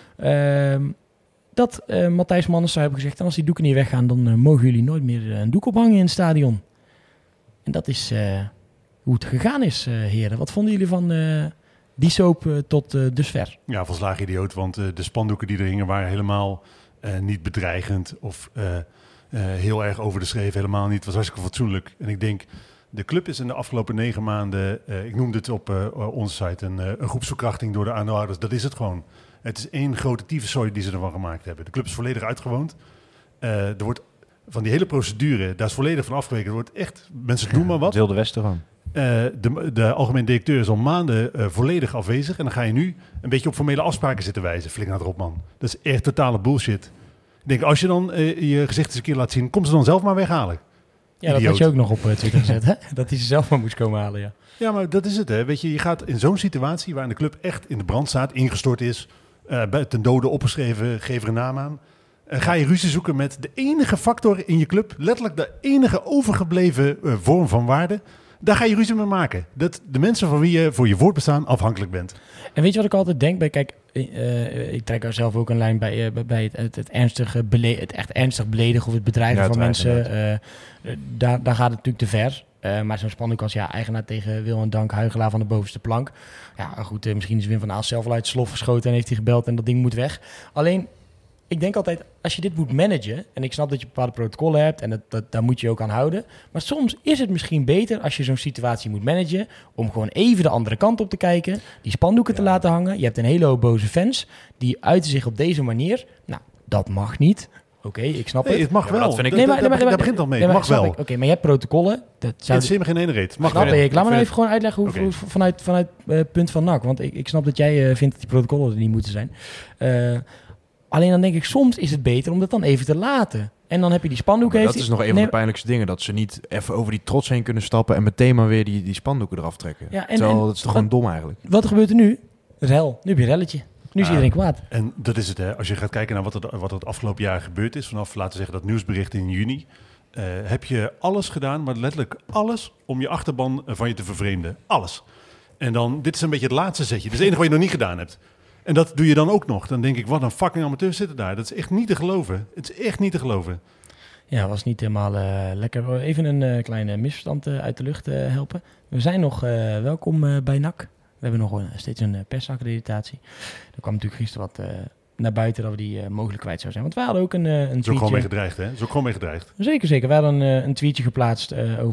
Dat Matthijs Manders zou hebben gezegd, en als die doeken niet weggaan, dan mogen jullie nooit meer een doek ophangen in het stadion. En dat is hoe het gegaan is, heren. Wat vonden jullie van die soap tot dusver? Ja, volslagen idioot, want de spandoeken die er hingen waren helemaal niet bedreigend of heel erg over de schreef, helemaal niet. Het was hartstikke fatsoenlijk. En ik denk, de club is in de afgelopen 9 maanden, ik noemde het op onze site, een groepsverkrachting door de aandeelhouders. Dat is het gewoon. Het is één grote tyfuszooi die ze ervan gemaakt hebben. De club is volledig uitgewoond. Er wordt van die hele procedure, daar is volledig van afgeweken. Er wordt echt, mensen doen maar wat. Het Wilde Westen gewoon. De algemeen directeur is al maanden volledig afwezig. En dan ga je nu een beetje op formele afspraken zitten wijzen. Flink naar erop, man. Dat is echt totale bullshit. Ik denk, als je dan je gezicht eens een keer laat zien, kom ze dan zelf maar weghalen. Ja, dat had je ook nog op Twitter gezet, hè? Dat hij ze zelf maar moest komen halen, ja. Ja, maar dat is het, hè. Weet je, je gaat in zo'n situatie waarin de club echt in de brand staat, ingestort is, ten dode opgeschreven, geef er een naam aan. Ga je ruzie zoeken met de enige factor in je club, letterlijk de enige overgebleven vorm van waarde. Daar ga je ruzie mee maken. Dat de mensen van wie je voor je voortbestaan afhankelijk bent. En weet je wat ik altijd denk? Kijk, ik trek er zelf ook een lijn bij het echt ernstig beledigen of het bedreigen van mensen. Daar gaat het natuurlijk te ver. Maar zo'n spandoek als eigenaar tegen wil en dank, huigelaar van de bovenste plank. Ja, goed, misschien is Wim van Aal zelf al uit het slof geschoten en heeft hij gebeld en dat ding moet weg. Alleen, ik denk altijd, als je dit moet managen, en ik snap dat je bepaalde protocollen hebt en daar moet je ook aan houden, maar soms is het misschien beter als je zo'n situatie moet managen, om gewoon even de andere kant op te kijken, die spandoeken te laten hangen. Je hebt een hele hoop boze fans, die uiten zich op deze manier. Nou, dat mag niet. Oké, ik snap het. Het mag wel. Dat vind ik Daar begint al mee. Het mag wel. Oké, maar je hebt protocollen. Het is helemaal geen ene reet. Het mag snap wel. ik. Laat me nou even gewoon uitleggen hoe vanuit het punt van NAC. Want ik snap dat jij vindt dat die protocollen er niet moeten zijn. Alleen dan denk ik, soms is het beter om dat dan even te laten. En dan heb je die spandoeken. Dat is nog een van de pijnlijkste dingen. Dat ze niet even over die trots heen kunnen stappen en meteen maar weer die spandoeken eraf trekken. Ja, dat is toch gewoon dom eigenlijk. Wat gebeurt er nu? Rel. Nu heb je een relletje. Nu is iedereen kwaad. En dat is het, hè. Als je gaat kijken naar wat er het afgelopen jaar gebeurd is, vanaf, laten we zeggen, dat nieuwsbericht in juni, heb je alles gedaan, maar letterlijk alles, om je achterban van je te vervreemden. Alles. En dan, dit is een beetje het laatste zetje. Dat is het enige wat je nog niet gedaan hebt. En dat doe je dan ook nog. Dan denk ik, wat een fucking amateur zitten daar. Dat is echt niet te geloven. Het is echt niet te geloven. Ja, was niet helemaal lekker. Even een klein misverstand uit de lucht helpen. We zijn nog welkom bij NAC. We hebben nog steeds een persaccreditatie. Er kwam natuurlijk gisteren wat naar buiten dat we die mogelijk kwijt zouden zijn. Want we hadden ook een tweetje. Zo gewoon mee gedreigd, hè? Zo gewoon mee gedreigd. Zeker. We hadden een tweetje geplaatst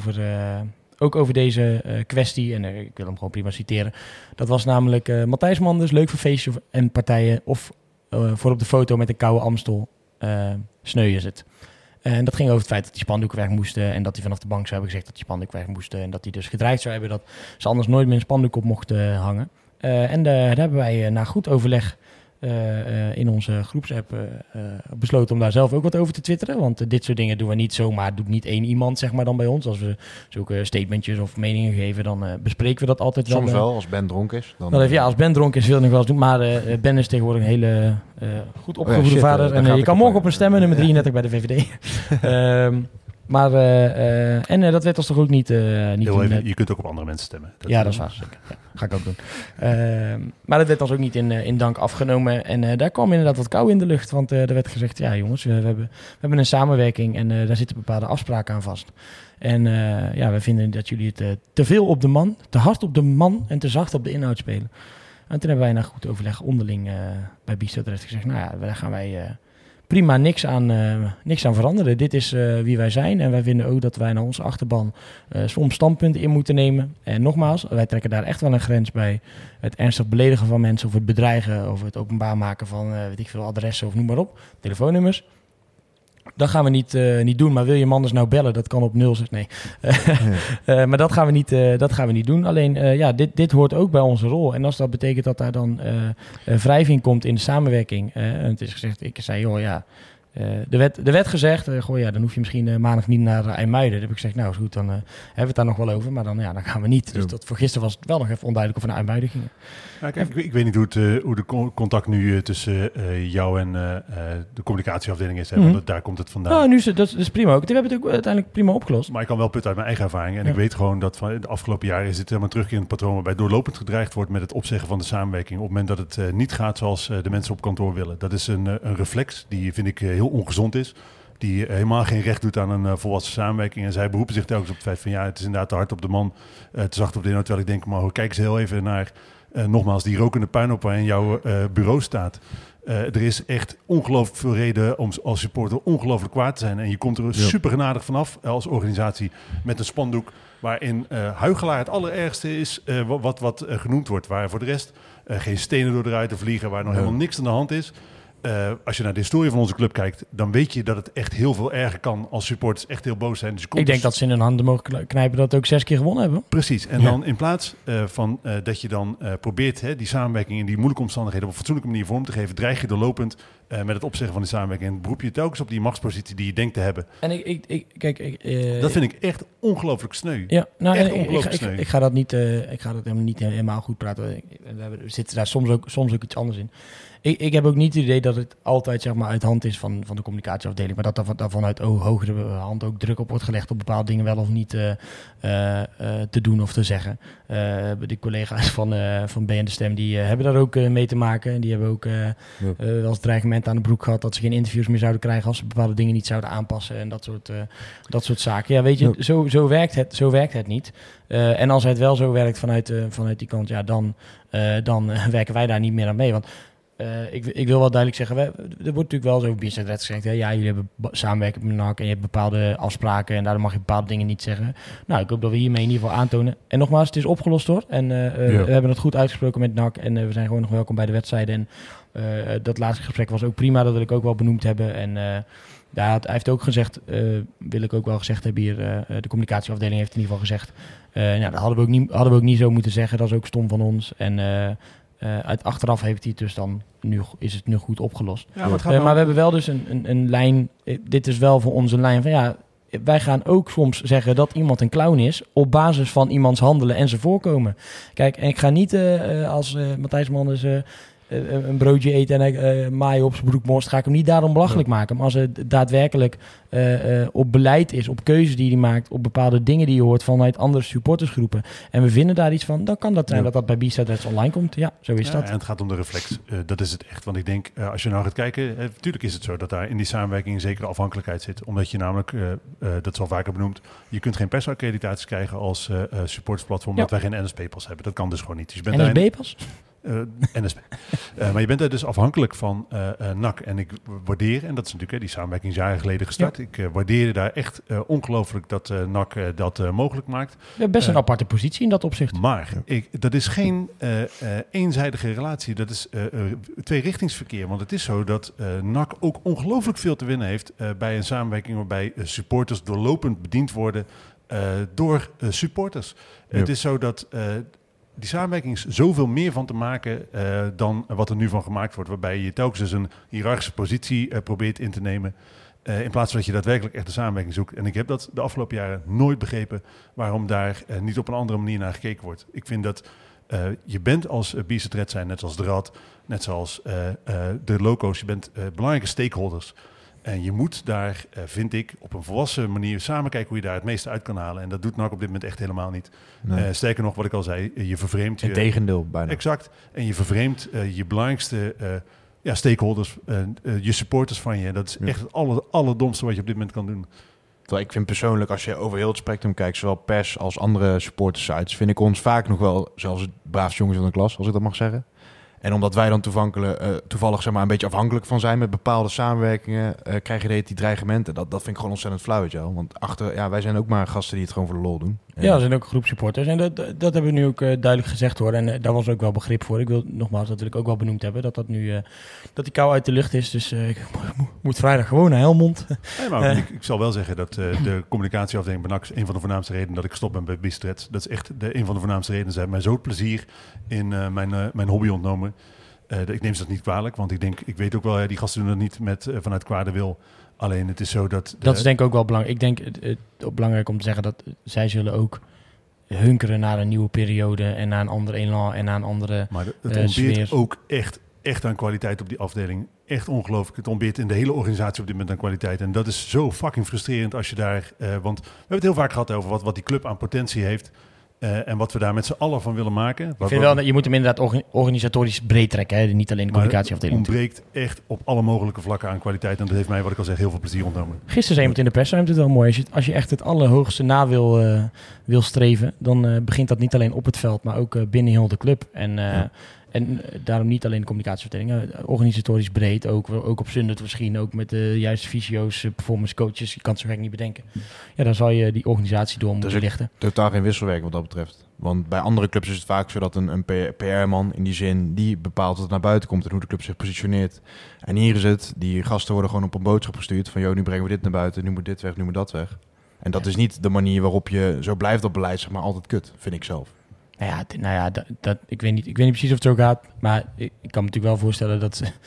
ook over deze kwestie. En ik wil hem gewoon prima citeren. Dat was namelijk Matthijs Manders, leuk voor feestjes en partijen. Of voor op de foto met een koude Amstel. Sneu is het. En dat ging over het feit dat die spandoeken weg moesten. En dat hij vanaf de bank zou hebben gezegd dat die spandoeken weg moesten. En dat hij dus gedreigd zou hebben dat ze anders nooit meer een spandoek op mochten hangen. En daar hebben wij na goed overleg in onze groepsapp besloten om daar zelf ook wat over te twitteren. Want dit soort dingen doen we niet zomaar. Doet niet één iemand, zeg maar, dan bij ons. Als we zulke statementjes of meningen geven, dan bespreken we dat altijd wel. Soms wel, als Ben dronken is. Dan, als Ben dronken is, wil ik nog wel eens doen. Maar Ben is tegenwoordig een hele goed opgevoede vader. En je kan morgen op hem stemmen, nummer 33 bij de VVD. Maar dat werd ons toch ook niet Heel doen, even, je kunt ook op andere mensen stemmen. dat is waar, zeker. Ja, ga ik ook doen. Maar dat werd ons ook niet in dank afgenomen. En daar kwam inderdaad wat kou in de lucht. Want er werd gezegd, ja jongens, we hebben een samenwerking en daar zitten bepaalde afspraken aan vast. En we vinden dat jullie het te veel op de man, te hard op de man en te zacht op de inhoud spelen. En toen hebben wij na goed overleg onderling bij Bistro terecht gezegd, nou ja, daar gaan wij prima niks aan veranderen. Dit is wie wij zijn en wij vinden ook dat wij naar onze achterban soms standpunten in moeten nemen. En nogmaals, wij trekken daar echt wel een grens bij het ernstig beledigen van mensen of het bedreigen of het openbaar maken van weet ik veel adressen of noem maar op, telefoonnummers. Dat gaan we niet doen, maar wil je Manders nou bellen? Dat kan op 06. Nee. Maar dat gaan we niet doen. Alleen, dit hoort ook bij onze rol. En als dat betekent dat daar dan wrijving komt in de samenwerking. En het is gezegd, ik zei, joh, ja. Er werd gezegd, dan hoef je misschien maandag niet naar IJmuiden. Dan heb ik gezegd, nou is goed, dan hebben we het daar nog wel over. Maar dan gaan we niet. Dus dat voor gisteren was het wel nog even onduidelijk of we naar IJmuiden gingen. Ja, kijk, ik weet niet hoe de contact nu tussen jou en de communicatieafdeling is. Hè, want daar komt het vandaan. Nou, nu dat is prima ook. We hebben het ook uiteindelijk prima opgelost. Maar ik kan wel putten uit mijn eigen ervaring. En ik weet gewoon dat van de afgelopen jaren is dit helemaal terug in het patroon waarbij doorlopend gedreigd wordt met het opzeggen van de samenwerking. Op het moment dat het niet gaat zoals de mensen op kantoor willen. Dat is een reflex die vind ik heel ongezond is. Die helemaal geen recht doet aan een volwassen samenwerking. En zij beroepen zich telkens op het feit van ja, het is inderdaad te hard op de man, te zacht op de inhoud. Terwijl ik denk, maar kijk eens heel even naar nogmaals die rokende puinhoop waar in jouw bureau staat. Er is echt ongelooflijk veel reden om als supporter ongelooflijk kwaad te zijn. En je komt er super genadig vanaf als organisatie met een spandoek waarin huichelaar het allerergste is wat genoemd wordt. Waar voor de rest geen stenen door de ruiten vliegen, waar nog helemaal niks aan de hand is. Als je naar de historie van onze club kijkt, dan weet je dat het echt heel veel erger kan als supporters echt heel boos zijn. Dus ik denk dat ze in hun handen mogen knijpen dat ook 6 keer gewonnen hebben. Precies. En dan in plaats van dat je dan probeert die samenwerking in die moeilijke omstandigheden op een fatsoenlijke manier vorm te geven, dreig je doorlopend met het opzeggen van die samenwerking. En beroep je telkens op die machtspositie die je denkt te hebben. En dat vind ik echt ongelooflijk sneu. Ja, nou, echt ongelooflijk sneu. Ik ga dat helemaal niet helemaal goed praten. We zitten daar soms ook iets anders in. Ik heb ook niet het idee dat het altijd zeg maar uit hand is van de communicatieafdeling. Maar dat daar vanuit hogere hand ook druk op wordt gelegd om bepaalde dingen wel of niet te doen of te zeggen. De collega's van BN De Stem die hebben daar ook mee te maken. Die hebben ook wel eens dreigement aan de broek gehad dat ze geen interviews meer zouden krijgen als ze bepaalde dingen niet zouden aanpassen en dat soort zaken. Ja, weet je, zo werkt het niet. En als het wel zo werkt vanuit die kant, ja, dan werken wij daar niet meer aan mee. Want ik wil wel duidelijk zeggen, er wordt natuurlijk wel zo business gezegd, hè? Ja, jullie hebben samenwerking met NAC en je hebt bepaalde afspraken en daardoor mag je bepaalde dingen niet zeggen. Nou, ik hoop dat we hiermee in ieder geval aantonen. En nogmaals, het is opgelost hoor. En we hebben het goed uitgesproken met NAC en we zijn gewoon nog welkom bij de wedstrijden. En dat laatste gesprek was ook prima, dat wil ik ook wel benoemd hebben. En hij heeft ook gezegd, wil ik ook wel gezegd hebben hier, de communicatieafdeling heeft in ieder geval gezegd. Dat hadden we ook niet zo moeten zeggen, dat is ook stom van ons. En achteraf heeft hij het dus dan is het nu goed opgelost. Ja, maar we hebben wel dus een lijn. Dit is wel voor ons een lijn van ja. Wij gaan ook soms zeggen dat iemand een clown is op basis van iemands handelen en zijn voorkomen. Kijk, en ik ga niet als Matthijs Manders een broodje eten en maaien op zijn broek morst, ga ik hem niet daarom belachelijk maken. Maar als het daadwerkelijk op beleid is, op keuzes die hij maakt, op bepaalde dingen die je hoort vanuit andere supportersgroepen en we vinden daar iets van, dan kan dat zijn dat bij B-Side online komt. Ja, zo is dat. En het gaat om de reflex. Dat is het echt. Want ik denk, als je nou gaat kijken, natuurlijk is het zo dat daar in die samenwerking een zekere afhankelijkheid zit. Omdat je namelijk, dat is al vaker benoemd, je kunt geen persaccreditaties krijgen als supportersplatform, omdat wij geen NSP-pas hebben. Dat kan dus gewoon niet. Dus je bent NSB-pas? NSB. Maar je bent er dus afhankelijk van NAC. En ik waardeer, en dat is natuurlijk die samenwerking is jaren geleden gestart. Ja. Ik waardeer daar echt ongelooflijk dat NAC dat mogelijk maakt. Ja, best een aparte positie in dat opzicht. Maar dat is geen eenzijdige relatie. Dat is tweerichtingsverkeer. Want het is zo dat NAC ook ongelooflijk veel te winnen heeft bij een samenwerking waarbij supporters doorlopend bediend worden door supporters. Ja. Het is zo dat die samenwerking is zoveel meer van te maken dan wat er nu van gemaakt wordt. Waarbij je telkens dus een hiërarchische positie probeert in te nemen. In plaats van dat je daadwerkelijk echt de samenwerking zoekt. En ik heb dat de afgelopen jaren nooit begrepen waarom daar niet op een andere manier naar gekeken wordt. Ik vind dat je bent als B-Side Red zijn, net zoals de Rad, net zoals de loco's. Je bent belangrijke stakeholders. En je moet daar, vind ik, op een volwassen manier samen kijken hoe je daar het meeste uit kan halen. En dat doet NAC op dit moment echt helemaal niet. Nee. Sterker nog, wat ik al zei, je vervreemdt je... Integendeel, bijna. Exact. En je vervreemdt je belangrijkste stakeholders, je supporters van je. Dat is echt het allerdomste wat je op dit moment kan doen. Terwijl ik vind persoonlijk, als je over heel het spectrum kijkt, zowel pers als andere supportersites, vind ik ons vaak nog wel zelfs het braafste jongens van de klas, als ik dat mag zeggen. En omdat wij dan toevallig zeg maar, een beetje afhankelijk van zijn met bepaalde samenwerkingen, krijg je die dreigementen. Dat vind ik gewoon ontzettend flauw, weet je wel. Want wij zijn ook maar gasten die het gewoon voor de lol doen. Ja, er zijn ook groepsupporters. En dat hebben we nu ook duidelijk gezegd hoor. En daar was ook wel begrip voor. Ik wil nogmaals natuurlijk ook wel benoemd hebben dat nu dat die kou uit de lucht is. Dus ik moet vrijdag gewoon naar Helmond. Nee, maar ik zal wel zeggen dat de communicatieafdeling bij NAC is een van de voornaamste redenen dat ik stop ben bij Bistret. Dat is echt een van de voornaamste redenen. Ze hebben mij zo plezier in mijn hobby ontnomen. Ik neem ze dat niet kwalijk, want ik weet ook wel, die gasten doen dat niet vanuit kwade wil. Alleen het is zo dat... Dat is denk ik ook wel belangrijk. Ik denk het belangrijk om te zeggen dat zij zullen ook hunkeren naar een nieuwe periode en naar een ander elan en naar een andere maar het ontbeert sfeer. Ook echt aan kwaliteit op die afdeling. Echt ongelooflijk. Het ontbeert in de hele organisatie op dit moment aan kwaliteit. En dat is zo fucking frustrerend als je daar... want we hebben het heel vaak gehad over wat die club aan potentie heeft. En wat we daar met z'n allen van willen maken. Ik vind wel dat je moet hem inderdaad organisatorisch breed trekken. Hè? Niet alleen de communicatieafdeling. Het ontbreekt echt op alle mogelijke vlakken aan kwaliteit. En dat heeft mij, wat ik al zeg, heel veel plezier ontnomen. Gisteren zei iemand in de persruimte het wel mooi. Als je echt het allerhoogste na wil streven, dan begint dat niet alleen op het veld, maar ook binnen heel de club. En daarom niet alleen de communicatieafdeling, organisatorisch breed, ook op Zundert misschien, ook met de juiste fysio's, performance coaches, je kan het zo gek niet bedenken. Ja, dan zal je die organisatie door moeten lichten. Totaal geen wisselwerking wat dat betreft. Want bij andere clubs is het vaak zo dat een PR-man in die zin, die bepaalt wat het naar buiten komt en hoe de club zich positioneert. En hier is het, die gasten worden gewoon op een boodschap gestuurd van, nu brengen we dit naar buiten, nu moet dit weg, nu moet dat weg. En dat is niet de manier waarop je, zo blijft dat beleid, zeg maar, altijd kut, vind ik zelf. Ik weet niet precies of het zo gaat, maar ik kan me natuurlijk wel voorstellen dat ze...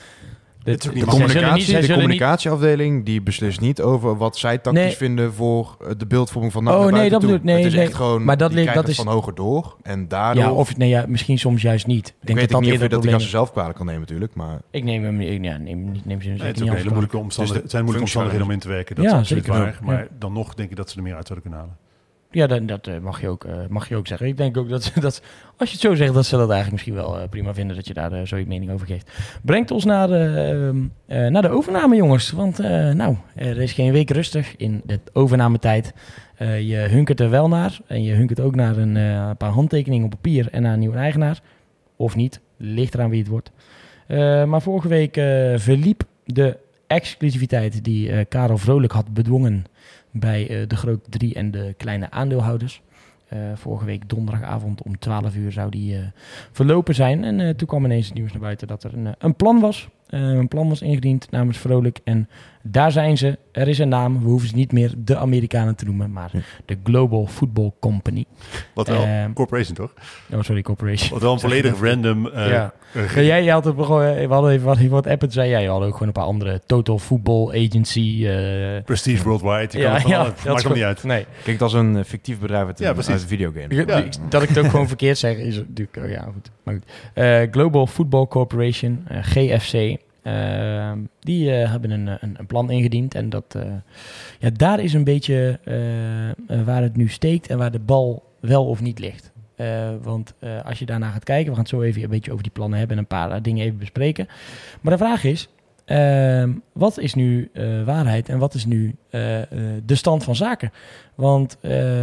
De communicatieafdeling die beslist niet over wat zij tactisch vinden voor de beeldvorming van naar buiten toe. Het is echt gewoon, maar dat krijgt het van hoger door en daardoor... misschien soms juist niet. Ik weet niet of je dat die gasten zelf kwalijk kan nemen natuurlijk, maar... Ik neem ze niet. Het is ook hele moeilijke omstandigheden. Het zijn moeilijke omstandigheden om in te werken, dat is absoluut waar. Maar dan nog denk ik dat ze er meer uit zouden kunnen halen. Ja, dat mag je ook zeggen. Ik denk ook dat als je het zo zegt, dat ze dat eigenlijk misschien wel prima vinden dat je daar zo je mening over geeft. Brengt ons naar de overname, jongens. Want er is geen week rustig in de overnametijd. Je hunkert er wel naar. En je hunkert ook naar een paar handtekeningen op papier en naar een nieuwe eigenaar. Of niet, ligt eraan wie het wordt. Maar vorige week verliep de exclusiviteit die Karel Vrolijk had bedwongen bij de grote 3 en de kleine aandeelhouders. Vorige week donderdagavond om 12 uur zou die verlopen zijn. En toen kwam ineens het nieuws naar buiten dat er een plan was. Een plan was ingediend namens Vrolijk. En daar zijn ze. Er is een naam. We hoeven ze niet meer de Amerikanen te noemen, maar de Global Football Company. Wat wel, corporation toch? Oh, sorry, corporation. Wat wel een volledig random... Jij had het we hadden even wat appen, zei jij. Je had ook gewoon een paar andere. Total Football Agency. Prestige Worldwide. Dat maakt hem niet uit. Nee. Klinkt als een fictief bedrijf uit een videogame. Dat ik het ook gewoon verkeerd zeg, is natuurlijk... goed. Maar goed. Global Football Corporation, GFC... die hebben een plan ingediend. En daar is een beetje waar het nu steekt en waar de bal wel of niet ligt. Want als je daarna gaat kijken, we gaan het zo even een beetje over die plannen hebben en een paar dingen even bespreken. Maar de vraag is, wat is nu waarheid en wat is nu de stand van zaken? Want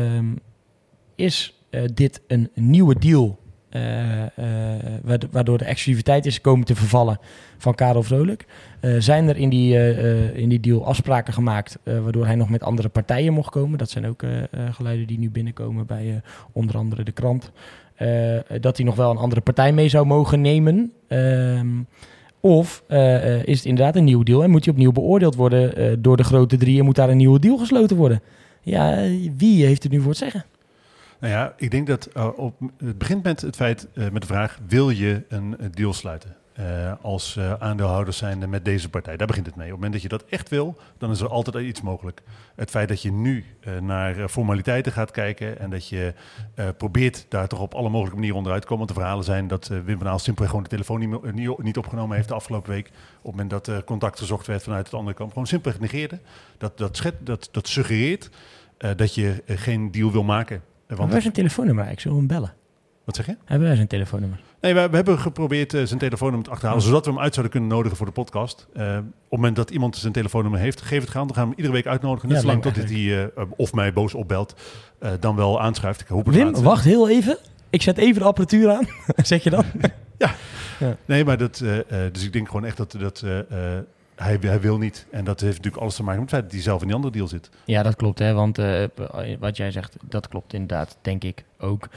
is dit een nieuwe deal... waardoor de exclusiviteit is komen te vervallen van Karel Vrolijk. Zijn er in die deal afspraken gemaakt waardoor hij nog met andere partijen mocht komen? Dat zijn ook geluiden die nu binnenkomen bij onder andere de krant. Dat hij nog wel een andere partij mee zou mogen nemen. Of is het inderdaad een nieuwe deal en moet hij opnieuw beoordeeld worden door de grote 3 en moet daar een nieuwe deal gesloten worden? Ja, wie heeft het nu voor het zeggen? Nou ja, ik denk dat het begint met het feit, met de vraag, wil je een deal sluiten? als aandeelhouders zijn met deze partij. Daar begint het mee. Op het moment dat je dat echt wil, dan is er altijd iets mogelijk. Het feit dat je nu naar formaliteiten gaat kijken en dat je probeert daar toch op alle mogelijke manieren onderuit te komen. Want de verhalen zijn dat Wim van Aalst simpelweg gewoon de telefoon niet opgenomen heeft de afgelopen week. Op het moment dat contact gezocht werd vanuit het andere kant. Gewoon simpelweg negeerde. Dat suggereert dat je geen deal wil maken. Want wij zijn telefoonnummer eigenlijk, zullen we hem bellen? Wat zeg je? Hebben wij zijn telefoonnummer? Nee, we hebben geprobeerd zijn telefoonnummer te achterhalen, zodat we hem uit zouden kunnen nodigen voor de podcast. Op het moment dat iemand zijn telefoonnummer heeft, geef het gaan. Dan gaan we hem iedere week uitnodigen. Net zolang tot hij of mij boos opbelt, dan wel aanschuift. Ik hoop het Wim, wacht heel even. Ik zet even de apparatuur aan. Zeg je dan? Ja. Nee, maar dus ik denk gewoon echt dat hij wil niet. En dat heeft natuurlijk alles te maken met het feit dat hij zelf in die andere deal zit. Ja, dat klopt. Hè? Want wat jij zegt, dat klopt inderdaad, denk ik ook.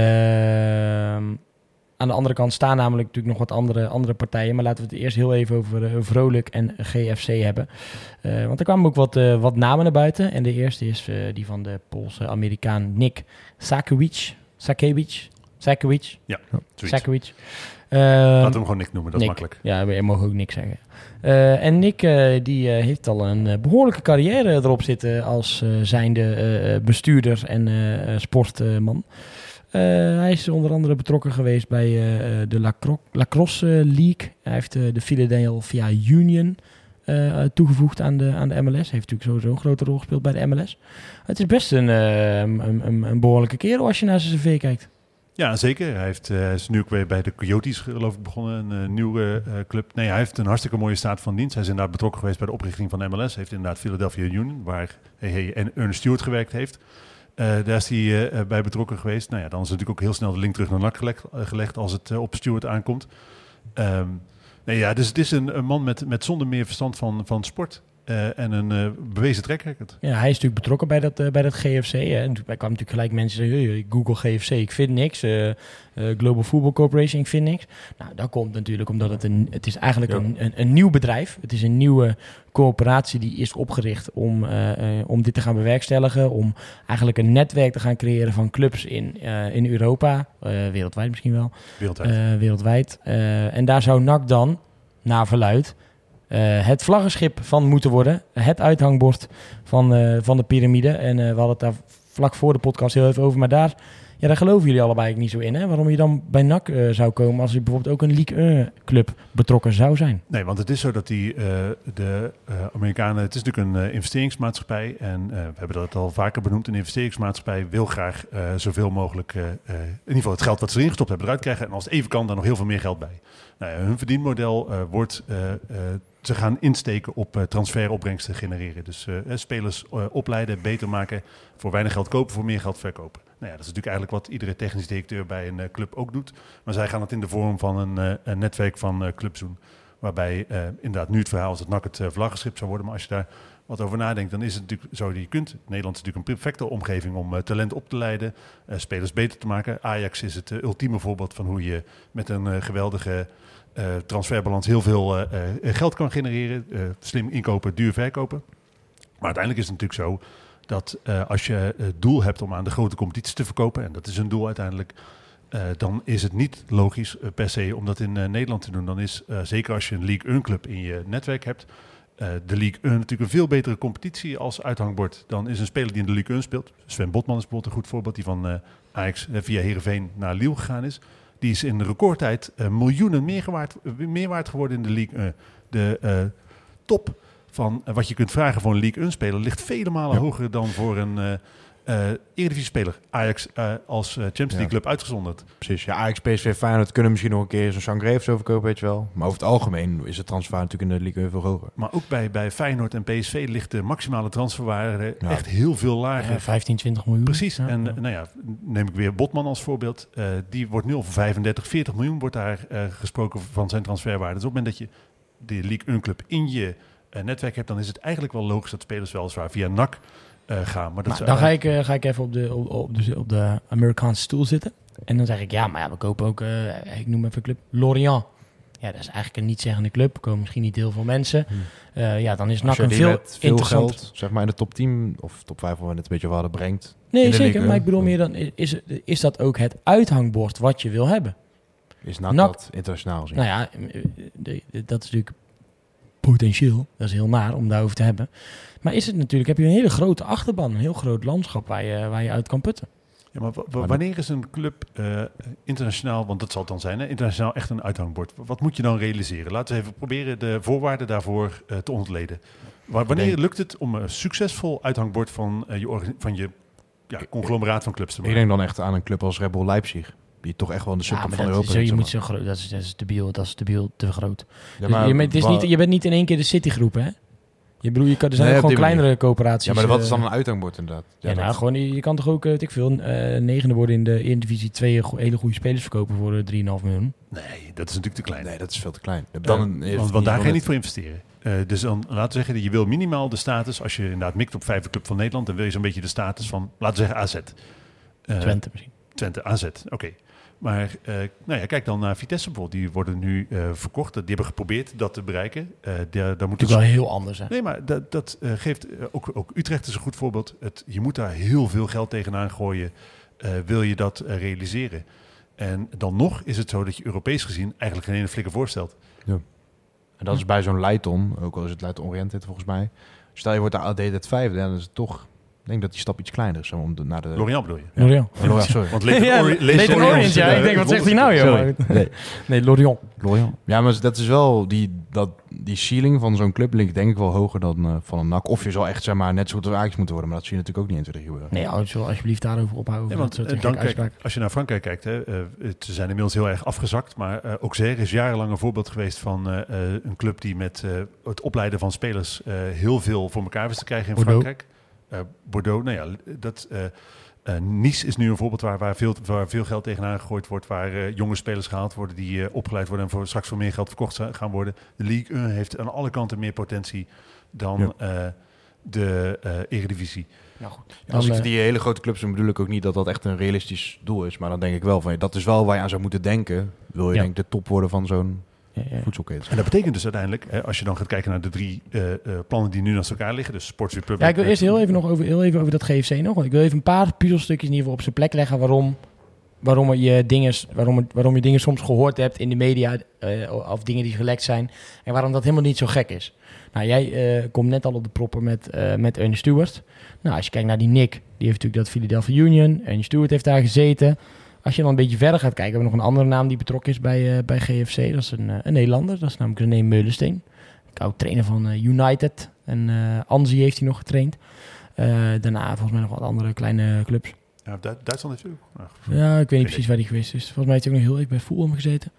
Aan de andere kant staan namelijk natuurlijk nog wat andere partijen. Maar laten we het eerst heel even over Vrolijk en GFC hebben. Want er kwamen ook wat namen naar buiten. En de eerste is die van de Poolse Amerikaan Nick Sakiewicz. Ja, Sakiewicz. Laten we hem gewoon Nick noemen, dat Nick. is makkelijk. Ja, je mag ook Nick zeggen. En Nick die heeft al een behoorlijke carrière erop zitten als zijnde bestuurder en sportman. Hij is onder andere betrokken geweest bij de Lacrosse League. Hij heeft de Philadelphia Union toegevoegd aan de MLS. Heeft natuurlijk sowieso een grote rol gespeeld bij de MLS. Het is best een behoorlijke kerel als je naar zijn cv kijkt. Ja, zeker. Hij is nu ook weer bij de Coyotes, geloof ik, begonnen. Een nieuwe club. Nee, hij heeft een hartstikke mooie staat van dienst. Hij is inderdaad betrokken geweest bij de oprichting van de MLS. Hij heeft inderdaad Philadelphia Union, waar hij en Ernest Stewart gewerkt heeft. Daar is hij bij betrokken geweest. Nou ja, dan is natuurlijk ook heel snel de link terug naar NAC gelegd als het op Stewart aankomt. Dus het is een man met zonder meer verstand van sport. En een bewezen track record. Ja, hij is natuurlijk betrokken bij dat GFC. Hè. En toen kwamen natuurlijk gelijk mensen zeggen, Google GFC, ik vind niks. Global Football Corporation, ik vind niks. Nou, dat komt natuurlijk omdat het is eigenlijk een nieuw bedrijf. Het is een nieuwe coöperatie die is opgericht om dit te gaan bewerkstelligen. Om eigenlijk een netwerk te gaan creëren van clubs in Europa. Wereldwijd misschien wel. Wereldwijd. En daar zou NAC dan, naar verluidt, het vlaggenschip van moeten worden. Het uithangbord van de piramide. En we hadden het daar vlak voor de podcast heel even over. Maar daar geloven jullie allebei niet zo in. Hè? Waarom je dan bij NAC zou komen als je bijvoorbeeld ook een Ligue 1 club betrokken zou zijn. Nee, want het is zo dat de Amerikanen... Het is natuurlijk een investeringsmaatschappij. En we hebben dat al vaker benoemd. Een investeringsmaatschappij wil graag zoveel mogelijk... in ieder geval het geld wat ze erin gestopt hebben eruit krijgen. En als het even kan, dan nog heel veel meer geld bij. Nou ja, hun verdienmodel wordt... Ze gaan insteken op transferopbrengsten genereren. Dus spelers opleiden, beter maken, voor weinig geld kopen, voor meer geld verkopen. Nou ja, dat is natuurlijk eigenlijk wat iedere technisch directeur bij een club ook doet. Maar zij gaan het in de vorm van een netwerk van clubs doen. Waarbij inderdaad nu het verhaal is dat NAC het vlaggenschip zou worden. Maar als je daar wat over nadenkt, dan is het natuurlijk zo dat je kunt. Nederland is natuurlijk een perfecte omgeving om talent op te leiden, spelers beter te maken. Ajax is het ultieme voorbeeld van hoe je met een geweldige... transferbalans heel veel geld kan genereren. Slim inkopen, duur verkopen. Maar uiteindelijk is het natuurlijk zo dat als je het doel hebt om aan de grote competities te verkopen, en dat is een doel uiteindelijk, dan is het niet logisch per se om dat in Nederland te doen. Dan is, zeker als je een League 1 club in je netwerk hebt, de League 1 natuurlijk een veel betere competitie als uithangbord. Dan is een speler die in de League 1 speelt. Sven Botman is bijvoorbeeld een goed voorbeeld, die van Ajax via Heerenveen naar Lille gegaan is. Die is in recordtijd miljoenen meer waard geworden in de League 1. De top van wat je kunt vragen voor een League 1-speler ligt vele malen hoger dan voor een Eredivisie-speler. Ajax als Champions League club uitgezonderd. Precies, ja, Ajax, PSV, Feyenoord kunnen misschien nog een keer zo'n Sangaré of zo verkopen, weet je wel. Maar over het algemeen is het transfer natuurlijk in de League 1 veel hoger. Maar ook bij Feyenoord en PSV ligt de maximale transferwaarde echt heel veel lager. 15, 20 miljoen. Precies. Ja. En nou ja, neem ik weer Botman als voorbeeld. Die wordt nu al voor 35, 40 miljoen wordt daar gesproken van zijn transferwaarde. Dus op het moment dat je de League 1 club in je netwerk hebt, dan is het eigenlijk wel logisch dat spelers weliswaar via NAC gaan. Maar dat dan ga ik even op de Amerikaanse stoel zitten. En dan zeg ik, we kopen ook, ik noem even een club, Lorient. Ja, dat is eigenlijk een niet-zeggende club. Er komen misschien niet heel veel mensen. Dan is NAC een veel interessant... geld, zeg maar in de top 10 of top 5, waar het een beetje waar brengt. Nee, zeker. Maar ik bedoel meer dan, is dat ook het uithangbord wat je wil hebben? Is NAC NAC dat internationaal gezien? Nou ja, dat is natuurlijk potentieel. Dat is heel naar om daarover te hebben. Maar is het natuurlijk, heb je een hele grote achterban, een heel groot landschap waar je uit kan putten. Ja, maar wanneer is een club internationaal, want dat zal het dan zijn, hè, internationaal echt een uithangbord? Wat moet je dan realiseren? Laten we even proberen de voorwaarden daarvoor te ontleden. Wanneer lukt het om een succesvol uithangbord van je conglomeraat van clubs te maken? Ik denk dan echt aan een club als Red Bull Leipzig. Die toch echt wel in de subtop van Europa je moet zo groot. Dat is debiel te groot. Ja, maar je bent niet in één keer de Citygroep, hè? Er zijn gewoon kleinere coöperaties. Ja, maar wat is dan een uithangbord inderdaad? Je kan toch ook, weet ik veel, negende worden in de Eredivisie 2 hele goede spelers verkopen voor 3,5 miljoen. Nee, dat is natuurlijk te klein. Nee, dat is veel te klein. Want daar ga je niet voor investeren. Dus dan laten we zeggen, dat je wil minimaal de status, als je inderdaad mikt op vijfde club van Nederland, dan wil je zo'n beetje de status van, laten we zeggen, AZ. Twente misschien. Twente, AZ, oké. Maar kijk dan naar Vitesse bijvoorbeeld. Die worden nu verkocht. Die hebben geprobeerd dat te bereiken. Daar moet het wel heel anders zijn. Nee, maar dat geeft... Ook Utrecht is een goed voorbeeld. Je moet daar heel veel geld tegenaan gooien. Wil je dat realiseren? En dan nog is het zo dat je Europees gezien eigenlijk geen hele flikker voorstelt. Ja. En dat is bij zo'n Leighton, ook al is het Leighton Oriented volgens mij. Stel je wordt daar AD het vijfde, dan is het toch... Ik denk dat die stap iets kleiner is. Naar de... Lorient bedoel je? Ja. Lorient. Sorry. Want Leighton Orient, ja. Ik denk, wat zegt hij nou, joh? Nee, Lorient. Ja, maar dat is wel... Die ceiling van zo'n club ligt denk ik wel hoger dan van een NAC. Of je zal echt, zeg maar, net zo goed als Ajax moeten worden. Maar dat zie je natuurlijk ook niet in 20 gebeuren. Nee, alsjeblieft daarover ophouden. Ja, want als je naar Frankrijk kijkt, ze zijn inmiddels heel erg afgezakt. Maar Auxerre is jarenlang een voorbeeld geweest van een club die met het opleiden van spelers heel veel voor elkaar wist te krijgen in Frankrijk. Bordeaux, Nice is nu een voorbeeld waar veel geld tegenaan gegooid wordt, waar jonge spelers gehaald worden die opgeleid worden en straks voor meer geld verkocht gaan worden. De Ligue 1 heeft aan alle kanten meer potentie dan de Eredivisie. Nou goed. Als ik die hele grote clubs bedoel ik ook niet dat dat echt een realistisch doel is, maar dan denk ik wel van dat is wel waar je aan zou moeten denken. Wil je denk de top worden van zo'n voedselketen. En dat betekent dus uiteindelijk, als je dan gaat kijken naar de 3 plannen die nu naast elkaar liggen, dus Sports Republic... Ja, ik wil eerst heel even over dat GFC nog. Ik wil even een paar puzzelstukjes in ieder geval op zijn plek leggen waarom je dingen soms gehoord hebt in de media of dingen die gelekt zijn en waarom dat helemaal niet zo gek is. Nou, jij komt net al op de proppen met Ernie Stewart. Nou, als je kijkt naar die Nick, die heeft natuurlijk dat Philadelphia Union. Ernie Stewart heeft daar gezeten. Als je dan een beetje verder gaat kijken, hebben we nog een andere naam die betrokken is bij GFC. Dat is een Nederlander, dat is namelijk René Meulensteen. Oud trainer van United. En Anzi heeft hij nog getraind. Daarna volgens mij nog wat andere kleine clubs. Ja, Duitsland heeft ook. Ja, ik weet niet precies waar hij geweest is. Volgens mij heeft hij ook nog heel even bij Fulham gezeten.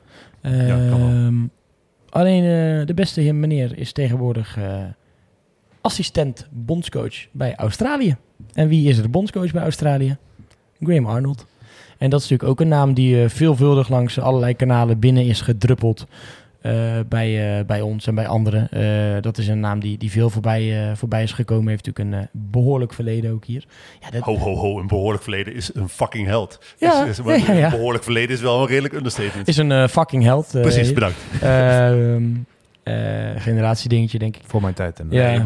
Alleen de beste meneer is tegenwoordig assistent bondscoach bij Australië. En wie is er de bondscoach bij Australië? Graham Arnold. En dat is natuurlijk ook een naam die veelvuldig langs allerlei kanalen binnen is gedruppeld bij ons en bij anderen. Dat is een naam die veel voorbij is gekomen. Heeft natuurlijk een behoorlijk verleden ook hier. Ja, Een behoorlijk verleden is een fucking held. Ja, Een behoorlijk verleden is wel een redelijk understatement. Is een fucking held. Precies, bedankt. Generatiedingetje, denk ik. Voor mijn tijd.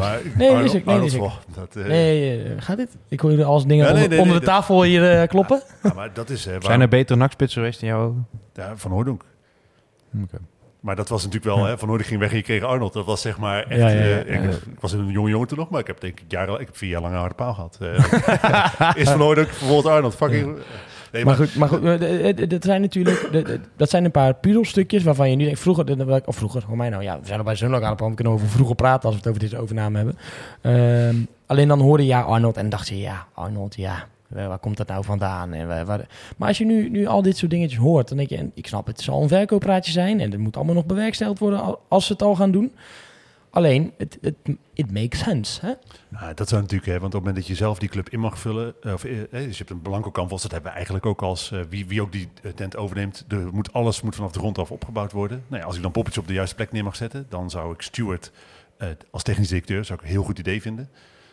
Gaat dit? Ik hoor jullie als dingen onder de tafel hier kloppen. Ja, maar dat is, zijn er betere nakspitsen geweest in jouw ogen? Ja, Van Hooijdonk. Okay. Maar dat was natuurlijk wel, Van Hooijdonk ging weg en je kreeg Arnold. Dat was zeg maar echt... Ik was een jonge jongen toen nog, maar ik heb denk ik 4 jaar lang een harde paal gehad. Is Van Hooijdonk vervolgens Arnold. Fucking... Nee, maar goed, dat zijn natuurlijk dat zijn een paar puzzelstukjes waarvan je nu denkt, vroeger, hoor mij nou, ja, we zijn al bij zo'n aan we kunnen over vroeger praten als we het over deze overname hebben. Alleen dan hoorde je Arnold en dacht je, Arnold, waar komt dat nou vandaan? Maar als je nu al dit soort dingetjes hoort, dan denk je, ik snap het zal een verkooppraatje zijn en het moet allemaal nog bewerkstelligd worden als ze het al gaan doen. Alleen, it makes sense, hè? Nou, dat zou natuurlijk, want op het moment dat je zelf die club in mag vullen, dus je hebt een blanco canvas, dat hebben we eigenlijk ook als wie ook die tent overneemt. Alles moet vanaf de grond af opgebouwd worden. Nou ja, als ik dan poppetjes op de juiste plek neer mag zetten, dan zou ik Stewart als technisch directeur zou ik een heel goed idee vinden.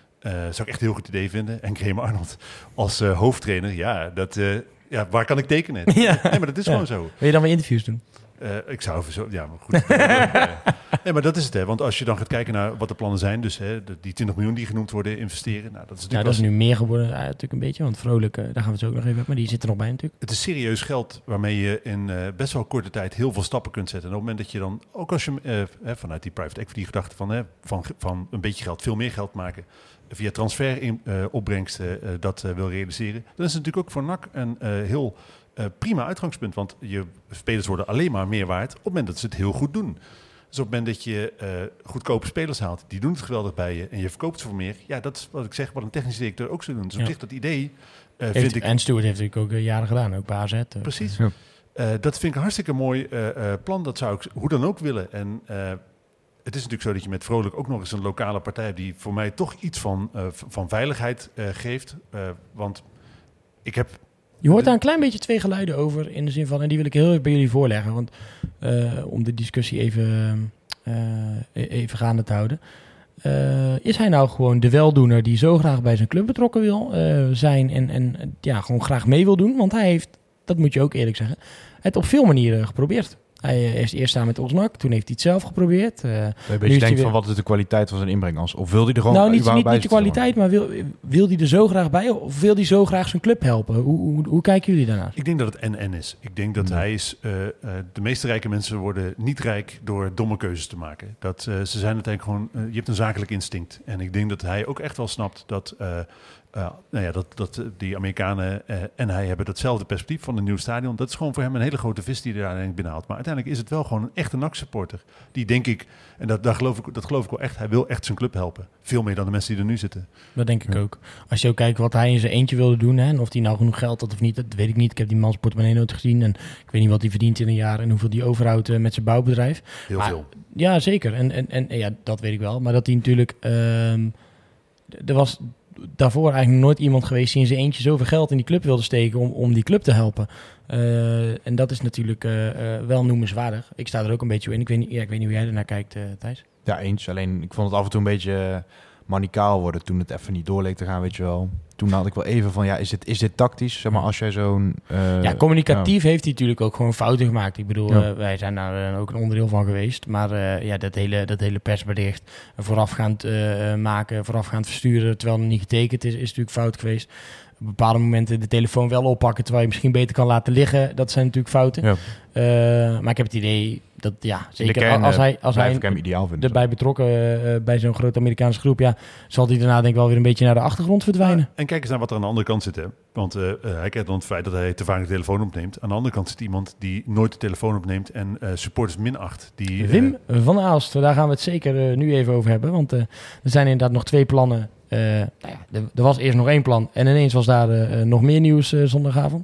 En Graham Arnold als hoofdtrainer, waar kan ik tekenen? Ja. Nee, maar dat is gewoon zo. Wil je dan weer interviews doen? Ik zou even zo... Ja, maar goed. Ja, maar dat is het, hè. Want als je dan gaat kijken naar wat de plannen zijn, dus die 20 miljoen die genoemd worden, investeren. Nou, dat is dat is nu meer geworden natuurlijk een beetje, want Vrolijk, daar gaan we het zo ook nog even hebben, maar die zit er nog bij natuurlijk. Het is serieus geld waarmee je in best wel korte tijd heel veel stappen kunt zetten. En op het moment dat je dan, ook als je vanuit die private equity gedachte van een beetje geld, veel meer geld maken, via transferopbrengsten dat wil realiseren, dan is het natuurlijk ook voor NAC een heel prima uitgangspunt. Want je spelers worden alleen maar meer waard op het moment dat ze het heel goed doen. Dus op het moment dat je goedkope spelers haalt, die doen het geweldig bij je en je verkoopt ze voor meer. Ja, dat is wat ik zeg, wat een technische directeur ook zou doen. Dus op zich dat idee vind ik... En Stuart heeft natuurlijk ook jaren gedaan, ook bij AZ. Precies. Ja. Dat vind ik een hartstikke mooi plan. Dat zou ik hoe dan ook willen. En het is natuurlijk zo dat je met Vrolijk ook nog eens een lokale partij hebt die voor mij toch iets van veiligheid geeft. Want ik heb... Je hoort daar een klein beetje twee geluiden over in de zin van, en die wil ik heel even bij jullie voorleggen, want om de discussie even gaande te houden. Is hij nou gewoon de weldoener die zo graag bij zijn club betrokken wil zijn en gewoon graag mee wil doen? Want hij heeft, dat moet je ook eerlijk zeggen, het op veel manieren geprobeerd. Hij is eerst samen met Osnak, toen heeft hij het zelf geprobeerd. Een beetje denkt van wat is de kwaliteit van zijn inbreng? Of wil hij er gewoon nou, niet de kwaliteit, maar wil hij er zo graag bij? Of wil hij zo graag zijn club helpen? Hoe kijken jullie daarnaar? Ik denk dat het en is. Ik denk dat hij is... de meeste rijke mensen worden niet rijk door domme keuzes te maken. Ze zijn uiteindelijk gewoon... je hebt een zakelijk instinct. En ik denk dat hij ook echt wel snapt dat... dat die Amerikanen en hij hebben datzelfde perspectief van een nieuw stadion. Dat is gewoon voor hem een hele grote vis die hij daar uiteindelijk binnenhaalt. Maar uiteindelijk is het wel gewoon een echte NAC-supporter. Die denk ik, en dat geloof ik wel echt, hij wil echt zijn club helpen. Veel meer dan de mensen die er nu zitten. Dat denk ik ook. Als je ook kijkt wat hij in zijn eentje wilde doen, hè, en of hij nou genoeg geld had of niet, dat weet ik niet. Ik heb die man's portemonnee nooit gezien en ik weet niet wat hij verdient in een jaar en hoeveel die overhoudt met zijn bouwbedrijf. Heel veel. Ja, zeker. En ja, dat weet ik wel. Maar dat hij natuurlijk... er was... daarvoor eigenlijk nooit iemand geweest die in zijn eentje zoveel geld in die club wilde steken om die club te helpen. En dat is natuurlijk wel noemenswaardig. Ik sta er ook een beetje in. Ik weet niet hoe jij ernaar kijkt, Thijs. Ja, eens. Alleen ik vond het af en toe een beetje manicaal worden toen het even niet door leek te gaan, weet je wel. Toen had ik wel even van, is dit tactisch? Zeg maar, als jij zo'n... communicatief heeft hij natuurlijk ook gewoon fouten gemaakt. Ik bedoel, wij zijn daar ook een onderdeel van geweest. Maar dat hele persbericht voorafgaand maken, voorafgaand versturen, terwijl het niet getekend is natuurlijk fout geweest. Op bepaalde momenten de telefoon wel oppakken, terwijl je misschien beter kan laten liggen. Dat zijn natuurlijk fouten. Ja. Maar ik heb het idee dat, zeker kern, als hij hem ideaal vindt, erbij betrokken bij zo'n grote Amerikaanse groep, zal hij daarna denk ik wel weer een beetje naar de achtergrond verdwijnen. Ja, en kijk eens naar wat er aan de andere kant zit. Hè. Want hij kent dan het feit dat hij te vaak de telefoon opneemt. Aan de andere kant zit iemand die nooit de telefoon opneemt en supporters minacht. Wim van Aalst, daar gaan we het zeker nu even over hebben. Want er zijn inderdaad nog twee plannen. Er was eerst nog één plan en ineens was daar nog meer nieuws zondagavond.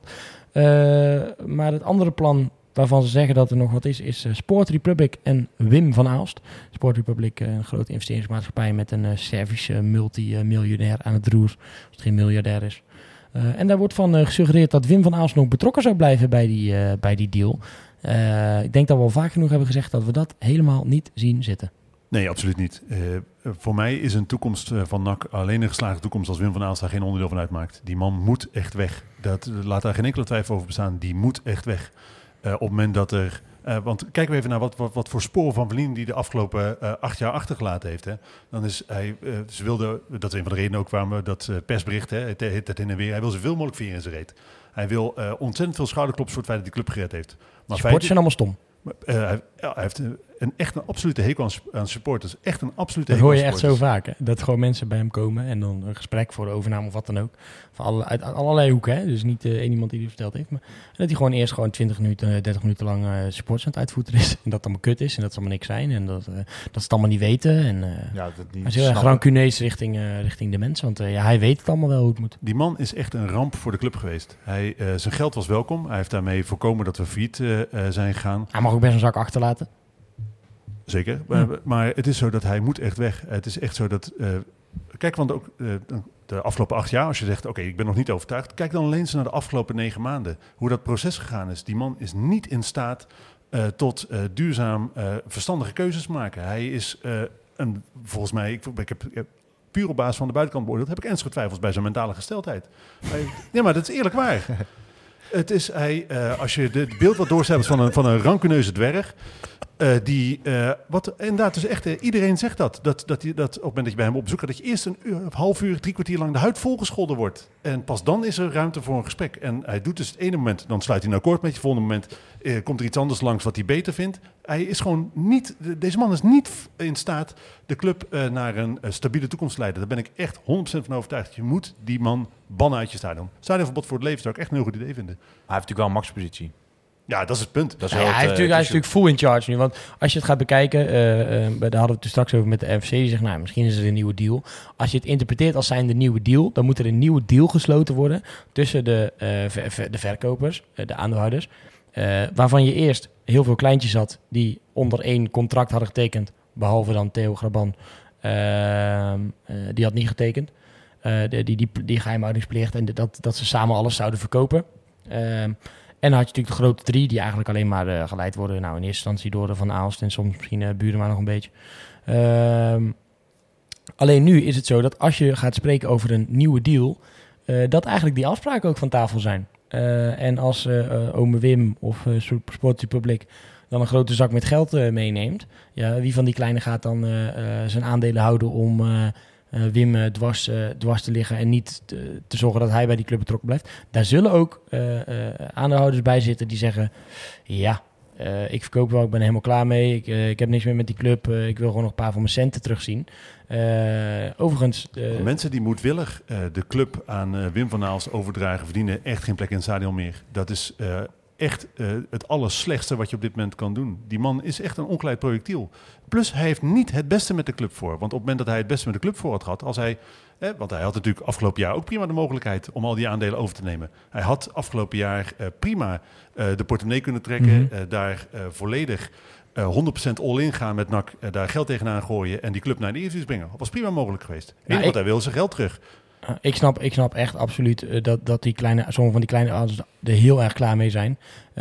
Maar het andere plan waarvan ze zeggen dat er nog wat is Sport Republic en Wim van Aalst. Sport Republic, een grote investeringsmaatschappij met een Servische multimiljonair aan het roer, als het geen miljardair is. En daar wordt van gesuggereerd dat Wim van Aalst nog betrokken zou blijven bij die deal. Ik denk dat we al vaak genoeg hebben gezegd dat we dat helemaal niet zien zitten. Nee, absoluut niet. Voor mij is een toekomst van NAC alleen een geslaagde toekomst als Wim van Aalst daar geen onderdeel van uitmaakt. Die man moet echt weg. Laat daar geen enkele twijfel over bestaan. Die moet echt weg. Op het moment dat er... want kijken we even naar wat voor sporen van Verlien die de afgelopen 8 jaar achtergelaten heeft. Hè. Dan is hij... ze wilde, dat is een van de redenen ook waarom we dat persbericht, het heen en weer. Hij wil zoveel mogelijk vieren in zijn reet. Hij wil ontzettend veel schouderklops voor het feit dat hij de club gered heeft. Maar sporters zijn allemaal stom. Hij heeft echt een absolute hekel aan supporters. Echt een absolute hekel aan supporters. Dat hoor je echt zo vaak. Hè? Dat gewoon mensen bij hem komen en dan een gesprek voor de overname of wat dan ook. Uit allerlei hoeken. Hè? Dus niet één iemand die het verteld heeft. Maar dat hij gewoon eerst 20 minuten, 30 minuten lang supporters aan het uitvoeren is. En dat allemaal kut is en dat ze allemaal niks zijn. En dat ze het allemaal niet weten. En, hij is heel erg rancuneus richting de mensen. Want hij weet het allemaal wel hoe het moet. Die man is echt een ramp voor de club geweest. Zijn geld was welkom. Hij heeft daarmee voorkomen dat we failliet zijn gegaan. Hij mag ook best een zak achterlaten. Zeker, maar het is zo dat hij moet echt weg. Het is echt zo dat... kijk, want ook de afgelopen 8 jaar, als je zegt... oké, ik ben nog niet overtuigd. Kijk dan alleen eens naar de afgelopen 9 maanden. Hoe dat proces gegaan is. Die man is niet in staat tot duurzaam verstandige keuzes maken. Hij is volgens mij... Ik heb puur op basis van de buitenkant beoordeeld... heb ik ernstige twijfels bij zijn mentale gesteldheid. Ja, maar dat is eerlijk waar. Het is als je het beeld wat doorzet van een rancuneuze dwerg... Inderdaad, dus echt, iedereen zegt dat op het moment dat je bij hem op bezoek gaat, dat je eerst een half uur, 3 kwartier lang de huid volgescholden wordt. En pas dan is er ruimte voor een gesprek. En hij doet dus het ene moment, dan sluit hij een akkoord met je. Het volgende moment komt er iets anders langs wat hij beter vindt. Hij is gewoon niet, deze man is niet in staat de club naar een stabiele toekomst te leiden. Daar ben ik echt 100% van overtuigd. Je moet die man bannen uit je stadion. Stadionverbod voor het leven zou ik echt een heel goed idee vinden. Hij heeft natuurlijk wel een maxpositie. Ja, dat is het punt. Dat is hij is natuurlijk full in charge nu. Want als je het gaat bekijken, daar hadden we het dus straks over met de RFC. Die zegt, nou, misschien is er een nieuwe deal. Als je het interpreteert als zijnde nieuwe deal, dan moet er een nieuwe deal gesloten worden tussen de verkopers, de aandeelhouders. Waarvan je eerst heel veel kleintjes had die onder 1 contract hadden getekend. Behalve dan Theo Graban. Die had niet getekend. Die geheimhoudingsplicht en dat ze samen alles zouden verkopen. En dan had je natuurlijk de grote 3 die eigenlijk alleen maar geleid worden. Nou, in eerste instantie door Van Aalst en soms misschien Burema nog een beetje. Alleen nu is het zo dat als je gaat spreken over een nieuwe deal, dat eigenlijk die afspraken ook van tafel zijn. En als ome Wim of Sports Republic dan een grote zak met geld meeneemt, ja, wie van die kleinen gaat dan zijn aandelen houden om Wim dwars te liggen en niet te zorgen dat hij bij die club betrokken blijft. Daar zullen ook aandeelhouders bij zitten die zeggen, ja, ik verkoop wel, ik ben er helemaal klaar mee. Ik heb niks meer met die club. Ik wil gewoon nog een paar van mijn centen terugzien. Overigens... mensen die moedwillig de club aan Wim van Aalst overdragen, verdienen echt geen plek in het stadion meer. Dat is echt het allerslechtste wat je op dit moment kan doen. Die man is echt een ongeleid projectiel. Plus, hij heeft niet het beste met de club voor. Want op het moment dat hij het beste met de club voor had gehad, want hij had natuurlijk afgelopen jaar ook prima de mogelijkheid om al die aandelen over te nemen. Hij had afgelopen jaar prima de portemonnee kunnen trekken, daar volledig 100% all-in gaan met NAC, daar geld tegenaan gooien en die club naar de Eredivisie brengen. Dat was prima mogelijk geweest. Wat hij wil is zijn geld terug. Ik snap echt absoluut dat die sommige van die kleine ouders er heel erg klaar mee zijn.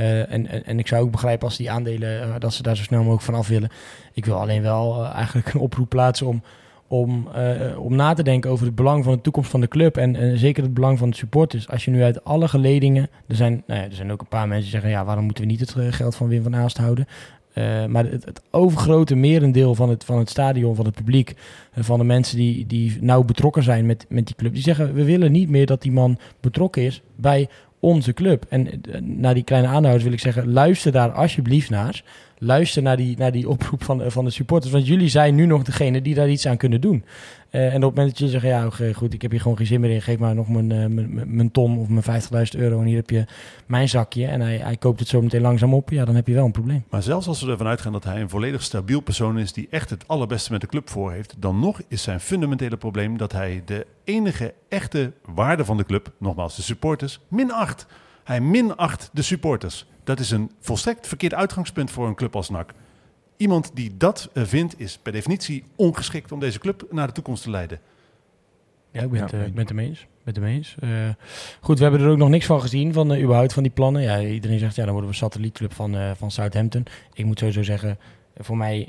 En ik zou ook begrijpen als die aandelen, dat ze daar zo snel mogelijk van af willen. Ik wil alleen wel eigenlijk een oproep plaatsen om na te denken over het belang van de toekomst van de club. En zeker het belang van de supporters. Als je nu uit alle geledingen, er zijn ook een paar mensen die zeggen, ja, waarom moeten we niet het geld van Wim van Aalst houden? Maar het overgrote merendeel van het stadion, van het publiek, van de mensen die nauw betrokken zijn met die club, die zeggen, we willen niet meer dat die man betrokken is bij onze club. En naar die kleine aanhouders wil ik zeggen, luister daar alsjeblieft naar. Luister naar die oproep van de supporters, want jullie zijn nu nog degene die daar iets aan kunnen doen. En op het moment dat je zegt, ja, goed, ik heb hier gewoon geen zin meer in, geef maar nog mijn ton of mijn €50.000 en hier heb je mijn zakje en hij koopt het zo meteen langzaam op, ja, dan heb je wel een probleem. Maar zelfs als we ervan uitgaan dat hij een volledig stabiel persoon is die echt het allerbeste met de club voor heeft, dan nog is zijn fundamentele probleem dat hij de enige echte waarde van de club, nogmaals de supporters, minacht. Hij minacht de supporters. Dat is een volstrekt verkeerd uitgangspunt voor een club als NAC. Iemand die dat vindt is per definitie ongeschikt om deze club naar de toekomst te leiden. Ja, ik ben het ermee eens. Goed, we hebben er ook nog niks van gezien, überhaupt van die plannen. Ja, iedereen zegt, ja, dan worden we satellietclub van Southampton. Ik moet sowieso zeggen, voor mij,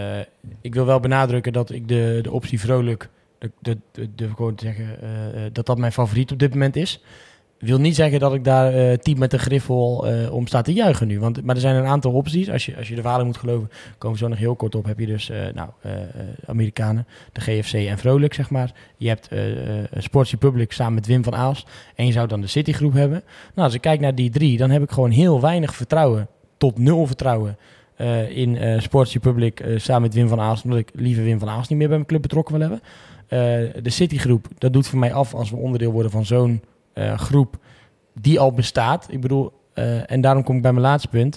ik wil wel benadrukken dat ik de optie Vrolijk, durf ik gewoon te zeggen, dat mijn favoriet op dit moment is. Wil niet zeggen dat ik daar team met de griffel om sta te juichen nu. Maar er zijn een aantal opties. Als je de verhalen moet geloven, komen we zo nog heel kort op. Heb je dus Amerikanen, de GFC en Vrolijk, zeg maar. Je hebt Sports Republic samen met Wim van Aalst. En je zou dan de Citygroep hebben. Nou, als ik kijk naar die 3, dan heb ik gewoon heel weinig vertrouwen, tot 0 vertrouwen in Sports Republic samen met Wim van Aalst. Omdat ik liever Wim van Aalst niet meer bij mijn club betrokken wil hebben. De Citygroep, dat doet voor mij af als we onderdeel worden van zo'n groep die al bestaat. Ik bedoel, en daarom kom ik bij mijn laatste punt.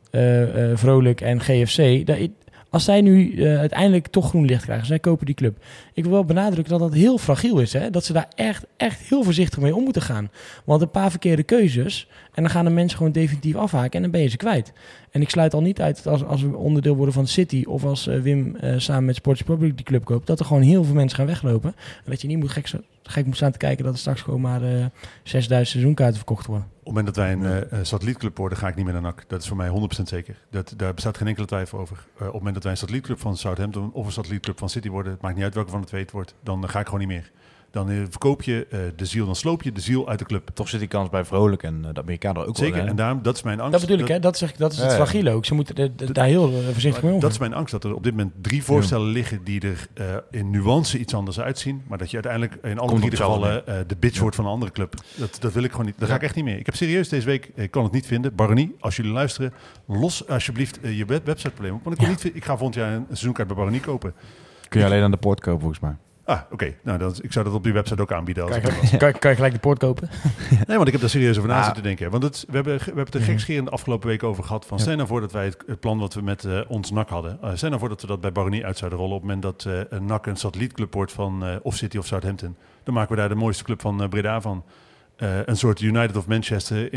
Vrolijk en GFC. Als zij nu uiteindelijk toch groen licht krijgen, zij kopen die club. Ik wil wel benadrukken dat dat heel fragiel is. Hè? Dat ze daar echt heel voorzichtig mee om moeten gaan. Want een paar verkeerde keuzes en dan gaan de mensen gewoon definitief afhaken en dan ben je ze kwijt. En ik sluit al niet uit dat als we onderdeel worden van City of als Wim samen met Sports Republic die club koopt, dat er gewoon heel veel mensen gaan weglopen. En dat je niet gek moet staan te kijken dat er straks gewoon maar 6000 seizoenkaarten verkocht worden. Op het moment dat wij een satellietclub worden, ga ik niet meer naar NAC. Dat is voor mij 100% zeker. Daar bestaat geen enkele twijfel over. Op het moment dat wij een satellietclub van Southampton of een satellietclub van City worden, het maakt niet uit welke van de twee het wordt, dan ga ik gewoon niet meer. Dan verkoop je de ziel, dan sloop je de ziel uit de club. Toch zit die kans bij Vrolijk en de Amerikanen ook Zeker, wel. en daarom, dat is mijn angst. Dat bedoel ik, hè? Dat is het fragiele ook. Ze moeten daar heel voorzichtig mee omgaan. Dat is mijn angst, dat er op dit moment 3 voorstellen liggen die er in nuance iets anders uitzien. Maar dat je uiteindelijk in alle 3 gevallen de bitch wordt van een andere club. Dat wil ik gewoon niet. Dat ga ik echt niet meer. Ik heb serieus deze week, ik kan het niet vinden. Baronie, als jullie luisteren, los alsjeblieft je websiteprobleem op. Want ik ga volgend jaar een seizoenkaart bij Baronie kopen. Kun je alleen aan de poort kopen volgens mij. Oké. Nou, ik zou dat op die website ook aanbieden. Als Kan je gelijk de poort kopen? Nee, want ik heb daar serieus over na zitten denken. Want we hebben het er gekscherend de afgelopen weken over gehad. Stel nou voor dat wij het plan wat we met ons NAC hadden. Stel nou voor dat we dat bij Baronie uit zouden rollen. Op het moment dat NAC een satellietclub wordt van of City of Southampton. Dan maken we daar de mooiste club van Breda van. Een soort United of Manchester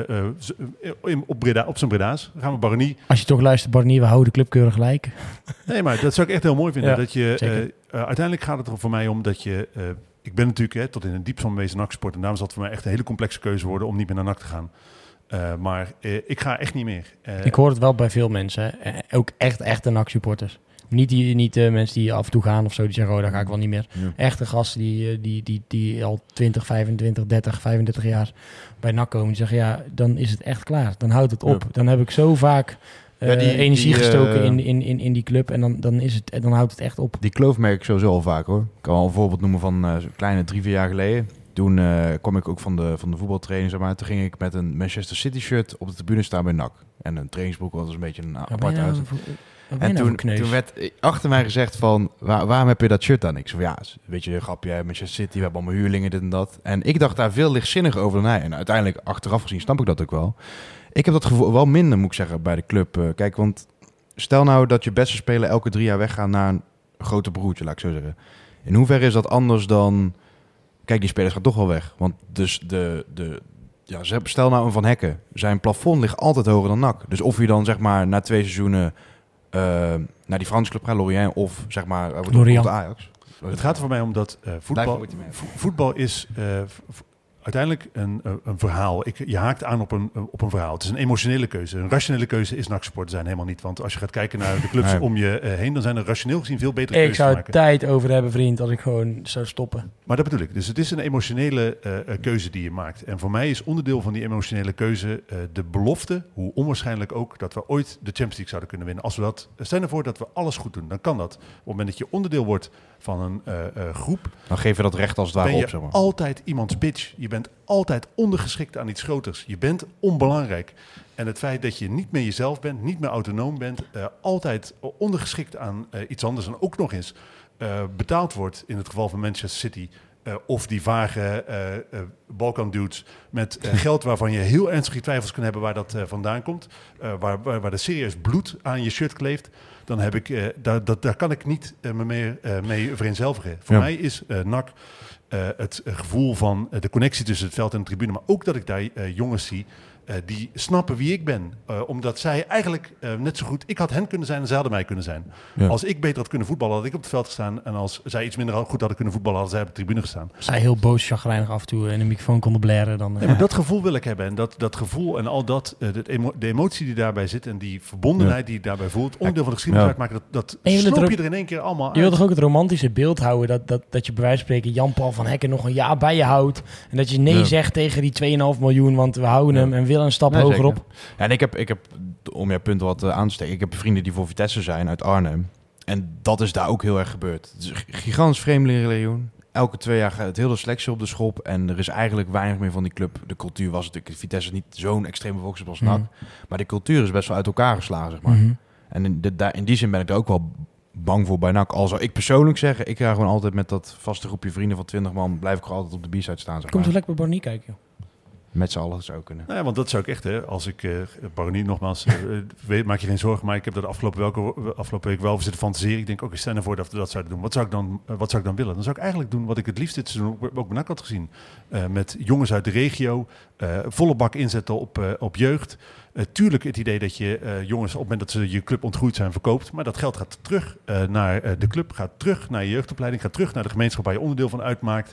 op zijn Breda's. Dan gaan we Baronie. Als je toch luistert, Baronie, we houden de clubkeurig gelijk. Nee, maar dat zou ik echt heel mooi vinden. Ja, dat je uiteindelijk gaat het er voor mij om dat je... ik ben natuurlijk tot in het diepst van wezen NAC-sport. En daarom zal het voor mij echt een hele complexe keuze worden om niet meer naar NAC te gaan. Maar ik ga echt niet meer. Ik hoor het wel bij veel mensen. Ook echte NAC-supporters. Niet mensen die af en toe gaan of zo, die zeggen, daar ga ik wel niet meer. Ja. Echte gasten die al 20, 25, 30, 35 jaar bij NAC komen, die zeggen, dan is het echt klaar. Dan houdt het op. Ja. Dan heb ik zo vaak energie gestoken in die club en dan houdt het echt op. Die kloof merk ik sowieso al vaak, hoor. Ik kan wel een voorbeeld noemen van een kleine 3-4 jaar geleden. Toen kwam ik ook van de voetbaltraining, zeg maar. Toen ging ik met een Manchester City shirt op de tribune staan bij NAC. En een trainingsbroek was een beetje een apart uit. En toen werd achter mij gezegd van, waarom heb je dat shirt aan? Ik zei, weet je, grapje, Manchester City, we hebben allemaal huurlingen, dit en dat. En ik dacht daar veel lichtzinniger over dan hij. En uiteindelijk, achteraf gezien, snap ik dat ook wel. Ik heb dat gevoel wel minder, moet ik zeggen, bij de club. Kijk, want stel nou dat je beste speler elke 3 jaar weggaan naar een groter broertje, laat ik zo zeggen. In hoeverre is dat anders dan... Kijk, die spelers gaan toch wel weg. Want dus stel nou een Van Hekken. Zijn plafond ligt altijd hoger dan NAC. Dus of je dan, zeg maar, na 2 seizoenen... naar die Franse club gaan, Lorient, of zeg maar de Ajax. Het gaat er voor mij om dat voetbal is uiteindelijk een verhaal. Je haakt aan op een verhaal. Het is een emotionele keuze. Een rationele keuze is NAC-supporter zijn helemaal niet. Want als je gaat kijken naar de clubs om je heen, dan zijn er rationeel gezien veel betere keuzes te maken. Ik zou tijd over hebben, vriend, als ik gewoon zou stoppen. Maar dat bedoel ik. Dus het is een emotionele keuze die je maakt. En voor mij is onderdeel van die emotionele keuze de belofte, hoe onwaarschijnlijk ook, dat we ooit de Champions League zouden kunnen winnen. Als we dat, stel ervoor dat we alles goed doen, dan kan dat. Op het moment dat je onderdeel wordt van een groep, dan geef je dat recht als het ware op, zeg maar. Altijd iemands bitch. Je bent altijd ondergeschikt aan iets groters. Je bent onbelangrijk. En het feit dat je niet meer jezelf bent, niet meer autonoom bent, altijd ondergeschikt aan iets anders en ook nog eens betaald wordt, in het geval van Manchester City, of die vage Balkan dudes met geld waarvan je heel ernstige twijfels kunt hebben waar dat vandaan komt, waar er serieus bloed aan je shirt kleeft, dan heb ik daar kan ik niet me meer mee vereenzelvigen. Voor mij is NAC het gevoel van de connectie tussen het veld en de tribune, maar ook dat ik daar jongens zie die snappen wie ik ben. Omdat zij eigenlijk net zo goed... Ik had hen kunnen zijn en zij hadden mij kunnen zijn. Ja. Als ik beter had kunnen voetballen, had ik op het veld gestaan. En als zij iets minder goed hadden kunnen voetballen, hadden zij op de tribune gestaan. Als zij heel boos, chagrijnig af en toe in de microfoon konden blaren, dan... Nee, maar dat gevoel wil ik hebben. En dat gevoel en al dat, de emotie die daarbij zit en die verbondenheid die je daarbij voelt, onderdeel van de geschiedenis uitmaken, dat sloop je er in één keer allemaal uit. Je wilt toch ook het romantische beeld houden dat je bij wijze van spreken Jan-Paul van Hekken nog een jaar bij je houdt. En dat je nee zegt tegen die 2,5 miljoen, want we houden hem en willen een stap hoger op. Ja, en ik heb, om jouw punt wat aan te steken, ik heb vrienden die voor Vitesse zijn uit Arnhem. En dat is daar ook heel erg gebeurd. Het is een gigantisch vreemdelingenlegioen. Elke 2 jaar gaat het hele selectie op de schop. En er is eigenlijk weinig meer van die club. De cultuur was natuurlijk... Vitesse is niet zo'n extreme volksclub als NAC. Maar de cultuur is best wel uit elkaar geslagen, zeg maar. En in die zin ben ik er ook wel bang voor bij NAC. Al zou ik persoonlijk zeggen, ik ga gewoon altijd met dat vaste groepje vrienden van 20 man... blijf ik gewoon altijd op de B-side staan, zeg maar. Komt er lekker bij Baronie kijken, joh. Met z'n allen zou kunnen. Nou ja, want dat zou ik echt, als ik Baronie nogmaals, maak je geen zorgen, maar ik heb dat afgelopen week wel over zitten fantaseren. Ik denk, oké, stel ervoor dat we dat zouden doen. Wat zou ik dan willen? Dan zou ik eigenlijk doen wat ik het liefst dit seizoen ook bij NAC had gezien. Met jongens uit de regio, volle bak inzetten op jeugd. Tuurlijk het idee dat je jongens op het moment dat ze je club ontgroeid zijn verkoopt. Maar dat geld gaat terug naar de club, gaat terug naar je jeugdopleiding, gaat terug naar de gemeenschap waar je onderdeel van uitmaakt.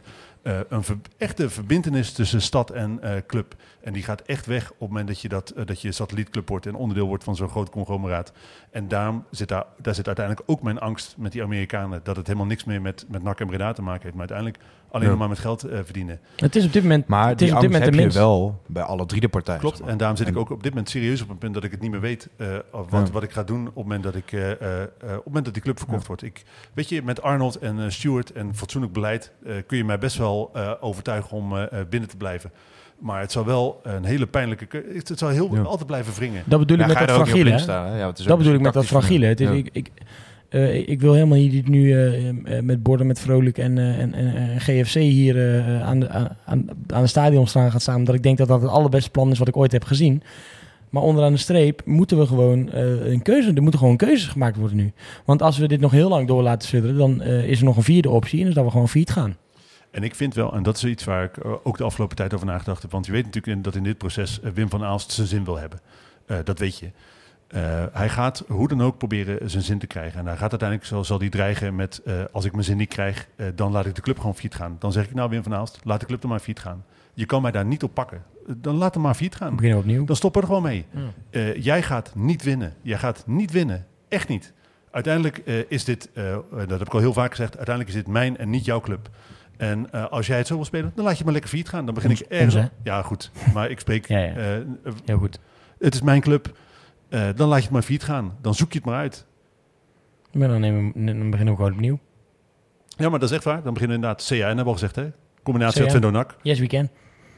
echte verbintenis tussen stad en club. En die gaat echt weg op het moment dat je satellietclub wordt en onderdeel wordt van zo'n groot conglomeraat. En daarom daar zit uiteindelijk ook mijn angst met die Amerikanen. Dat het helemaal niks meer met NAC en Breda te maken heeft. Maar uiteindelijk alleen nog maar met geld verdienen. Het is op dit moment. Maar het die is op angst dit moment heb de je minst. wel bij alle 3 de partijen. Klopt, zeg maar. en daarom zit ik ook op dit moment serieus op een punt dat ik het niet meer weet wat ik ga doen op het moment dat die club verkocht wordt. Weet je, met Arnold en Stuart en fatsoenlijk beleid kun je mij best wel overtuigen om binnen te blijven. Maar het zal wel een hele pijnlijke... Het zal altijd blijven wringen. Dat bedoel ik met dat fragiele. Dat bedoel ik met dat fragiele. Het is, ik wil helemaal niet nu met borden met Vrolijk en GFC hier aan de stadionstraat gaan staan. Omdat ik denk dat dat het allerbeste plan is wat ik ooit heb gezien. Maar onderaan de streep moeten we gewoon er moeten gewoon keuzes gemaakt worden nu. Want als we dit nog heel lang door laten sudderen, dan is er nog een 4e optie. En dat is dat we gewoon failliet gaan. En ik vind wel, en dat is iets waar ik ook de afgelopen tijd over nagedacht heb. Want je weet natuurlijk dat in dit proces Wim van Aalst zijn zin wil hebben. Dat weet je. Hij gaat hoe dan ook proberen zijn zin te krijgen. En hij gaat uiteindelijk, zal hij dreigen met... als ik mijn zin niet krijg, dan laat ik de club gewoon failliet gaan. Dan zeg ik, nou Wim van Aalst, laat de club dan maar failliet gaan. Je kan mij daar niet op pakken. Dan laat hem maar failliet gaan. Beginnen we opnieuw. Dan stoppen we er gewoon mee. Ja. Jij gaat niet winnen. Jij gaat niet winnen. Echt niet. Uiteindelijk is dit, dat heb ik al heel vaak gezegd... uiteindelijk is dit mijn en niet jouw club. En als jij het zo wil spelen, dan laat je maar lekker failliet gaan. Dan begin ik ergens... Ja, goed. Maar ik spreek... Heel goed. Het is mijn club. Dan laat je het maar failliet gaan. Dan zoek je het maar uit. Maar dan beginnen we gewoon opnieuw. Ja, maar dat is echt waar. Dan beginnen we inderdaad... CAN hebben we al gezegd, hè? Combinatie Twente NAC. Yes, we can.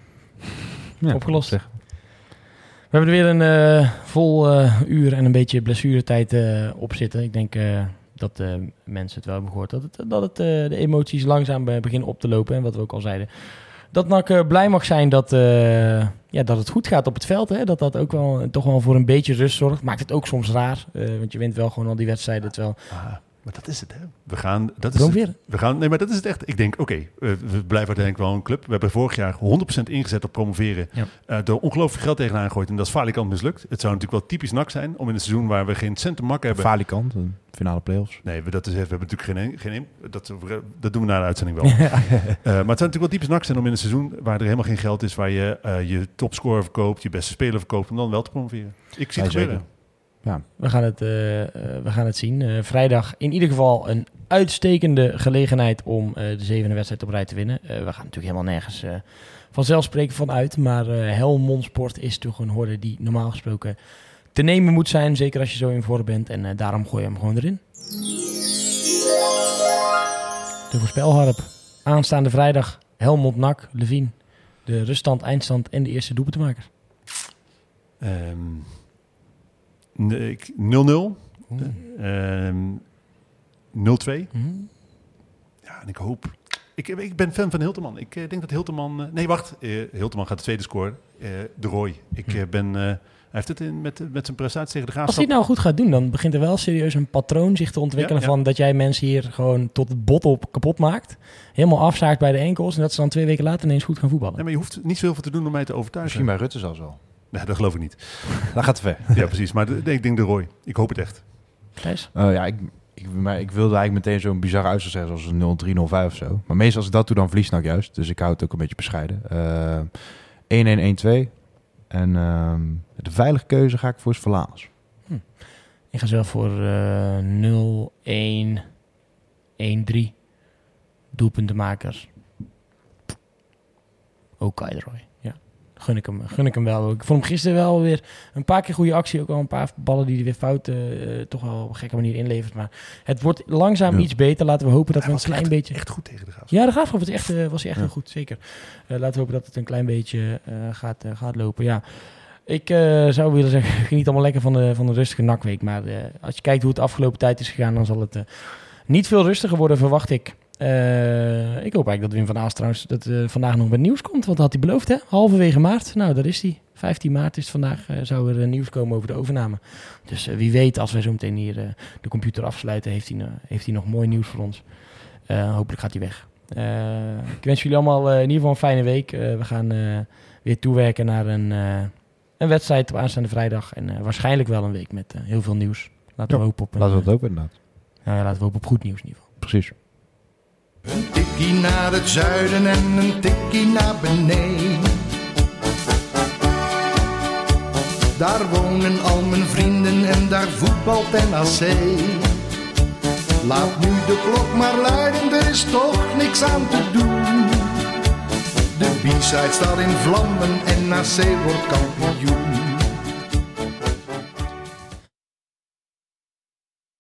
Ja, opgelost. We hebben er weer een vol uur en een beetje blessuretijd op zitten. Ik denk dat mensen het wel hebben gehoord. Dat de emoties langzaam beginnen op te lopen. En wat we ook al zeiden. Dat NAC blij mag zijn dat het goed gaat op het veld. Hè? Dat ook wel toch wel voor een beetje rust zorgt. Maakt het ook soms raar. Want je wint wel gewoon al die wedstrijden. Maar dat is het, hè? Maar dat is het echt. Ik denk, oké, we blijven uiteindelijk wel een club. We hebben vorig jaar 100% ingezet op promoveren. Ja. Door ongelooflijk geld tegenaan gegooid. En dat is falikant mislukt. Het zou natuurlijk wel typisch NAC zijn om in een seizoen waar we geen cent te makken hebben. Falikant, een finale play-offs. Nee, we hebben natuurlijk geen dat doen we na de uitzending wel. Maar het zou natuurlijk wel typisch NAC zijn om in een seizoen waar er helemaal geen geld is, waar je topscorer verkoopt, je beste speler verkoopt, om dan wel te promoveren. Ik zie het gebeuren. Ja. We gaan het zien. Vrijdag in ieder geval een uitstekende gelegenheid om de 7e wedstrijd op rij te winnen. We gaan natuurlijk helemaal nergens vanzelfsprekend van uit. Maar Helmond Sport is toch een horde die normaal gesproken te nemen moet zijn. Zeker als je zo in vorm bent. En daarom gooi je hem gewoon erin. De voorspelharp. Aanstaande vrijdag Helmond NAC, Levien. De ruststand, eindstand en de eerste doelpuntenmaker. 0-0. 0-2. Ja, en ik hoop... Ik ben fan van Hilterman. Ik denk dat Hilterman... Hilterman gaat de tweede scoren. De Roy. Hij heeft het met zijn prestatie tegen de Graafschap... Als hij het nou goed gaat doen, dan begint er wel serieus een patroon zich te ontwikkelen... van dat jij mensen hier gewoon tot het bot op kapot maakt. Helemaal afzaakt bij de enkels... en dat ze dan 2 weken later ineens goed gaan voetballen. Nee, maar je hoeft niet zoveel te doen om mij te overtuigen. Misschien bij Rutte zelfs wel. Nee, dat geloof ik niet. Dat gaat te ver. Ja, precies. Maar ik denk de Roy. Ik hoop het echt. Thijs? Ik wilde eigenlijk meteen zo'n bizarre uitslag zeggen... zoals een 0-3, 0-5 of zo. Maar meestal als ik dat doe, dan verlies NAC juist. Dus ik hou het ook een beetje bescheiden. 1-1, 1-2. En de veilige keuze ga ik voor Verlaans. Ik ga zelf voor 0-1, 1-3. Doelpuntenmakers. Ook Kaideroy. Ja. Gun ik hem wel. Ik vond hem gisteren wel weer een paar keer goede actie. Ook al een paar ballen die hij weer fout toch wel op een gekke manier inlevert. Maar het wordt langzaam iets beter. Laten we hopen dat we een klein beetje... Echt goed tegen de Graafschap. Ja, de Graafschap was hij echt heel goed. Zeker. Laten we hopen dat het een klein beetje gaat lopen. Ja. Ik zou willen zeggen, geniet allemaal lekker van de rustige NAC-week. Maar als je kijkt hoe het de afgelopen tijd is gegaan, dan zal het niet veel rustiger worden, verwacht ik. Ik hoop eigenlijk dat Wim van Aalst trouwens vandaag nog met nieuws komt. Want dat had hij beloofd, hè? Halverwege maart. Nou, daar is hij. 15 maart is het vandaag. Zou er nieuws komen over de overname. Dus wie weet, als wij zo meteen hier de computer afsluiten, heeft hij nog mooi nieuws voor ons. Hopelijk gaat hij weg. Ik wens jullie allemaal in ieder geval een fijne week. We gaan weer toewerken naar een wedstrijd op aanstaande vrijdag. En waarschijnlijk wel een week met heel veel nieuws. Laten we hopen op laten we het hopen, inderdaad. Laten we hopen op goed nieuws in ieder geval. Precies. Een tikkie naar het zuiden en een tikkie naar beneden. Daar wonen al mijn vrienden en daar voetbalt NAC. Laat nu de klok maar luiden, er is toch niks aan te doen. De B-side staat in vlammen en NAC wordt kampioen.